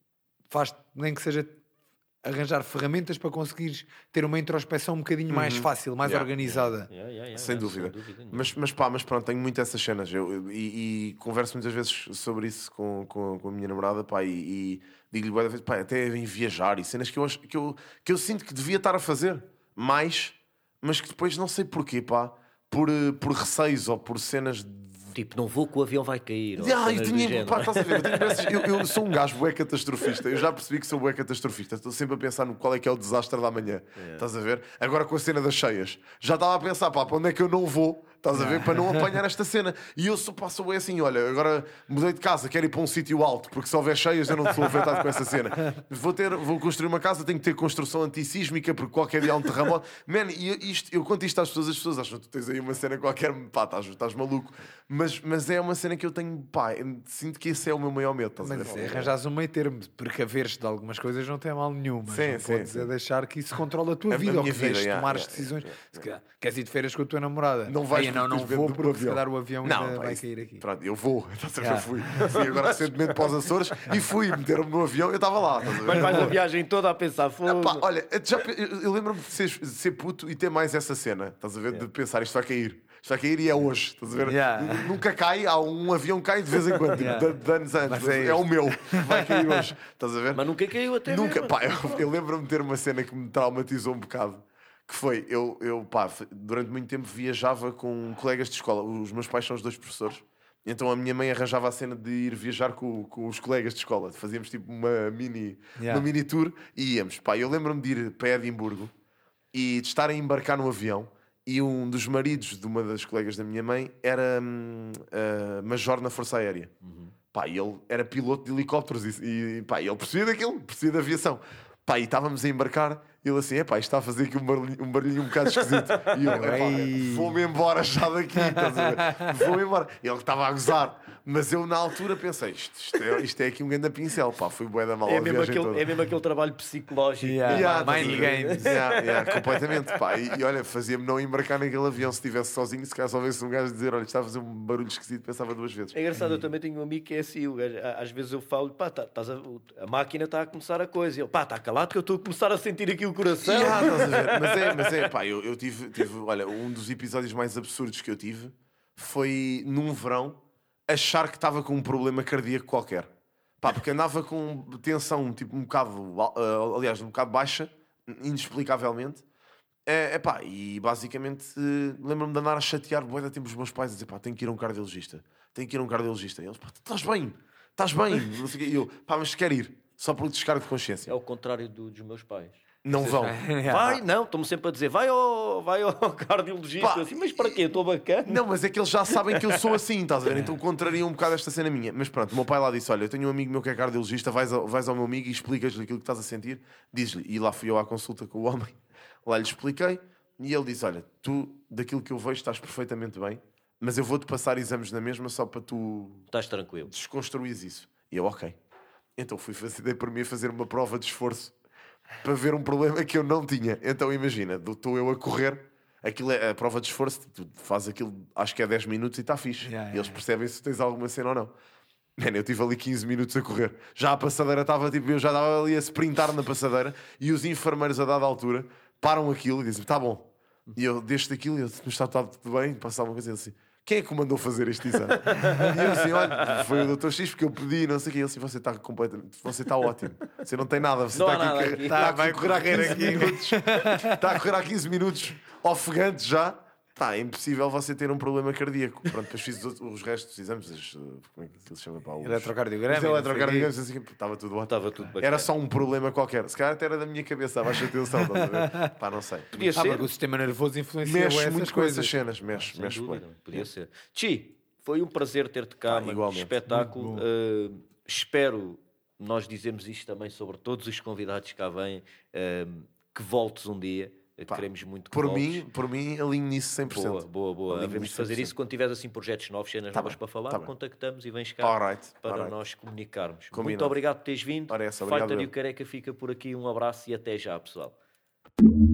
faz nem que seja arranjar ferramentas para conseguires ter uma introspeção um bocadinho mais fácil, mais Uhum. Yeah. organizada. Yeah, yeah, yeah, Sem yeah, dúvida. nenhuma. Mas, mas pá, mas pronto, tenho muito essas cenas. Eu, eu- e, e converso muitas vezes sobre isso com, com, com a minha namorada, pá, e, e digo-lhe bué da vez, pá, até em viajar e cenas que eu, acho- que, eu, que eu sinto que devia estar a fazer mais, mas que depois não sei porquê, pá, por, eh, por receios ou por cenas de. Tipo, não vou que o avião vai cair. ou Ah, eu, cenas do tinha, género. pá, estás a ver, eu, tenho essas- eu- eu sou um gajo bué catastrofista. Eu já percebi que sou bué catastrofista. Estou sempre a pensar no qual é que é o desastre da manhã. Estás a ver? Agora com a cena das cheias. Já estava a pensar, pá, para onde é que eu não vou estás a ver? Para não apanhar esta cena. E eu só passo bem assim, olha, agora mudei de casa, quero ir para um sítio alto, porque se houver cheias eu não sou afetado com essa cena. Vou, ter, vou construir uma casa, tenho que ter construção antissísmica, porque qualquer dia há um terremoto. Man, e isto, eu conto isto às pessoas, as pessoas acham que tu tens aí uma cena qualquer, pá, estás, estás maluco. Mas, mas é uma cena que eu tenho, pá, eu sinto que esse é o meu maior medo. Estás mas a ver? é arranjares um meio termo, precaveres de algumas coisas não tem mal nenhum, mas sim, não sim, podes sim. é deixar que isso controle a tua A- a vida, ou que minha vida, deixes de yeah, tomar yeah, decisões. yeah, yeah. Se calhar, queres ir de feiras com a tua namorada? Não vais Aí, não, não porque vou tens medo do porque se avião. calhar o avião Não, ainda pá, vai isso- cair aqui. Pronto, eu vou, estás a ver? Yeah. Eu fui. Assim, agora recentemente para os Açores e fui, meteram-me no avião e eu estava lá. Estás a ver? Mas vais a viagem toda a pensar, fogo. Pá, olha, já, eu, eu lembro-me de ser, de ser puto e ter mais essa cena, estás a ver? De pensar, isto vai cair. Isto vai cair e é hoje, estás a ver? Yeah. Nunca cai, há um avião que cai de vez em quando, tipo, Yeah. de, de anos antes. Mas é É, o meu, vai cair hoje, estás a ver? Mas nunca caiu até Nunca, mesmo. pá, eu, eu lembro-me de ter uma cena que me traumatizou um bocado, que foi, eu, eu pá, f- durante muito tempo viajava com colegas de escola, os meus pais são os dois professores, então a minha mãe arranjava a cena de ir viajar com, com os colegas de escola, fazíamos tipo uma mini, Yeah. uma mini tour e íamos, pá, eu lembro-me de ir para Edimburgo e de estar a embarcar no avião e um dos maridos de uma das colegas da minha mãe era hum, ah, major na Força Aérea. Pá, e ele era piloto de helicópteros e, e pá, ele percebia daquilo, percebia da aviação. Pá, e estávamos a embarcar e ele assim, epá, isto está a fazer aqui um barulhinho um, barulhinho um bocado esquisito. E eu, Ei. epá, vou-me embora já daqui, estás a ver? Vou-me embora. Ele estava a gozar. Mas eu na altura pensei, isto, isto, é, isto é aqui um grande pincel, pá, fui bué da mal É a mesmo, viagem aquele, toda. é mesmo aquele trabalho psicológico. Yeah. Yeah, Mind estás a ver? games. Yeah, yeah, completamente, pá. E, e olha, fazia-me não embarcar naquele avião se estivesse sozinho. Se calhar só houvesse um gajo dizer, olha, está a fazer um barulho esquisito, pensava duas vezes. É engraçado, eu também tenho um amigo que é assim, o gajo, às vezes eu falo, pá, tá, estás a, a máquina está a começar a coisa, e ele, pá, está calado que eu estou a começar a sentir aqui o coração. Yeah, estás a ver? Mas é, mas é, pá, eu, eu tive, tive, olha, um dos episódios mais absurdos que eu tive foi num verão achar que estava com um problema cardíaco qualquer. Pá, porque andava com tensão tipo um bocado, uh, aliás, um bocado baixa, inexplicavelmente. É, é pá, e basicamente uh, lembro-me de andar a chatear bué da tempo os meus pais a dizer, pá, tenho que ir a um cardiologista, tenho que ir a um cardiologista. E eles, pá, estás bem, estás bem. Não sei o quê. E eu, pá, mas quero ir, só por descargo de consciência. É o contrário do- dos meus pais. Não vão. Vai, não, estão-me sempre a dizer, vai ao, vai ao cardiologista. Pá, Assim, mas para quê? Estou bacana. Não, mas é que eles já sabem que eu sou assim, estás a ver? Então contraria um bocado esta cena minha. Mas pronto, o meu pai lá disse, olha, eu tenho um amigo meu que é cardiologista, vais ao, vais ao meu amigo e explicas-lhe aquilo que estás a sentir, diz-lhe. E lá fui eu à consulta com o homem, lá lhe expliquei, e ele disse, olha, tu, daquilo que eu vejo, estás perfeitamente bem, mas eu vou-te passar exames na mesma só para tu Estás tranquilo. desconstruires isso. E eu, ok. Então fui fazer, dei por mim a fazer uma prova de esforço para ver um problema que eu não tinha. Então imagina, estou eu a correr, aquilo é a prova de esforço, tu fazes aquilo, acho que é dez minutos e está fixe. Yeah, e eles yeah, percebem se tens alguma cena ou não. Man, eu tive ali quinze minutos a correr. Já a passadeira estava tipo, eu já estava ali a sprintar na passadeira e os enfermeiros a dada altura param aquilo e dizem, está bom. E eu deixo daquilo e eu, mas está, está tudo bem, passava uma coisa e ele assim, quem é que o mandou fazer este exame? E eu assim, olha, foi o doutor X porque eu pedi, não sei o quê. Ele assim, você está completamente, você está ótimo. Você não tem nada, você Não está há aqui, nada está aqui. aqui Tá, a vai correr há correr quinze aqui. minutos. Está a correr há quinze minutos, ofegante já. Pá, é impossível você ter um problema cardíaco. Pronto, depois fiz os, os restos dos exames, os, como é que ele se chama? Pá, os, Eletrocardiograma. os e não sei o eletrocardiogramas, assim, estava tudo ótimo. Estava tudo bacana. Era só um problema qualquer. Se calhar até era da minha cabeça, baixa atenção, estás a ver? Pá, não sei. Podia quê. Ah, ser. porque o sistema nervoso influencia Mexe essas muito com coisas. essas cenas, mexe, Sem mexe dúvida, bem. podia ser. Chi, foi um prazer ter-te cá, Pá, mano. igualmente. Espetáculo. Uh, espero, nós dizemos isto também sobre todos os convidados que cá vêm, uh, que voltes um dia. Pá, Queremos muito que Por voltes. mim, por mim, alinho nisso cem por cento. Boa, boa, boa. Alinho Devemos nisso fazer cem por cento. isso quando tiveres assim projetos novos, cenas Tá novas bem, para falar, tá bem. contactamos e vens cá Alright, para alright. nós comunicarmos. Combinado. Muito obrigado por teres vindo. Ora, essa, obrigado Fighter e eu. o Careca fica por aqui. Um abraço e até já, pessoal.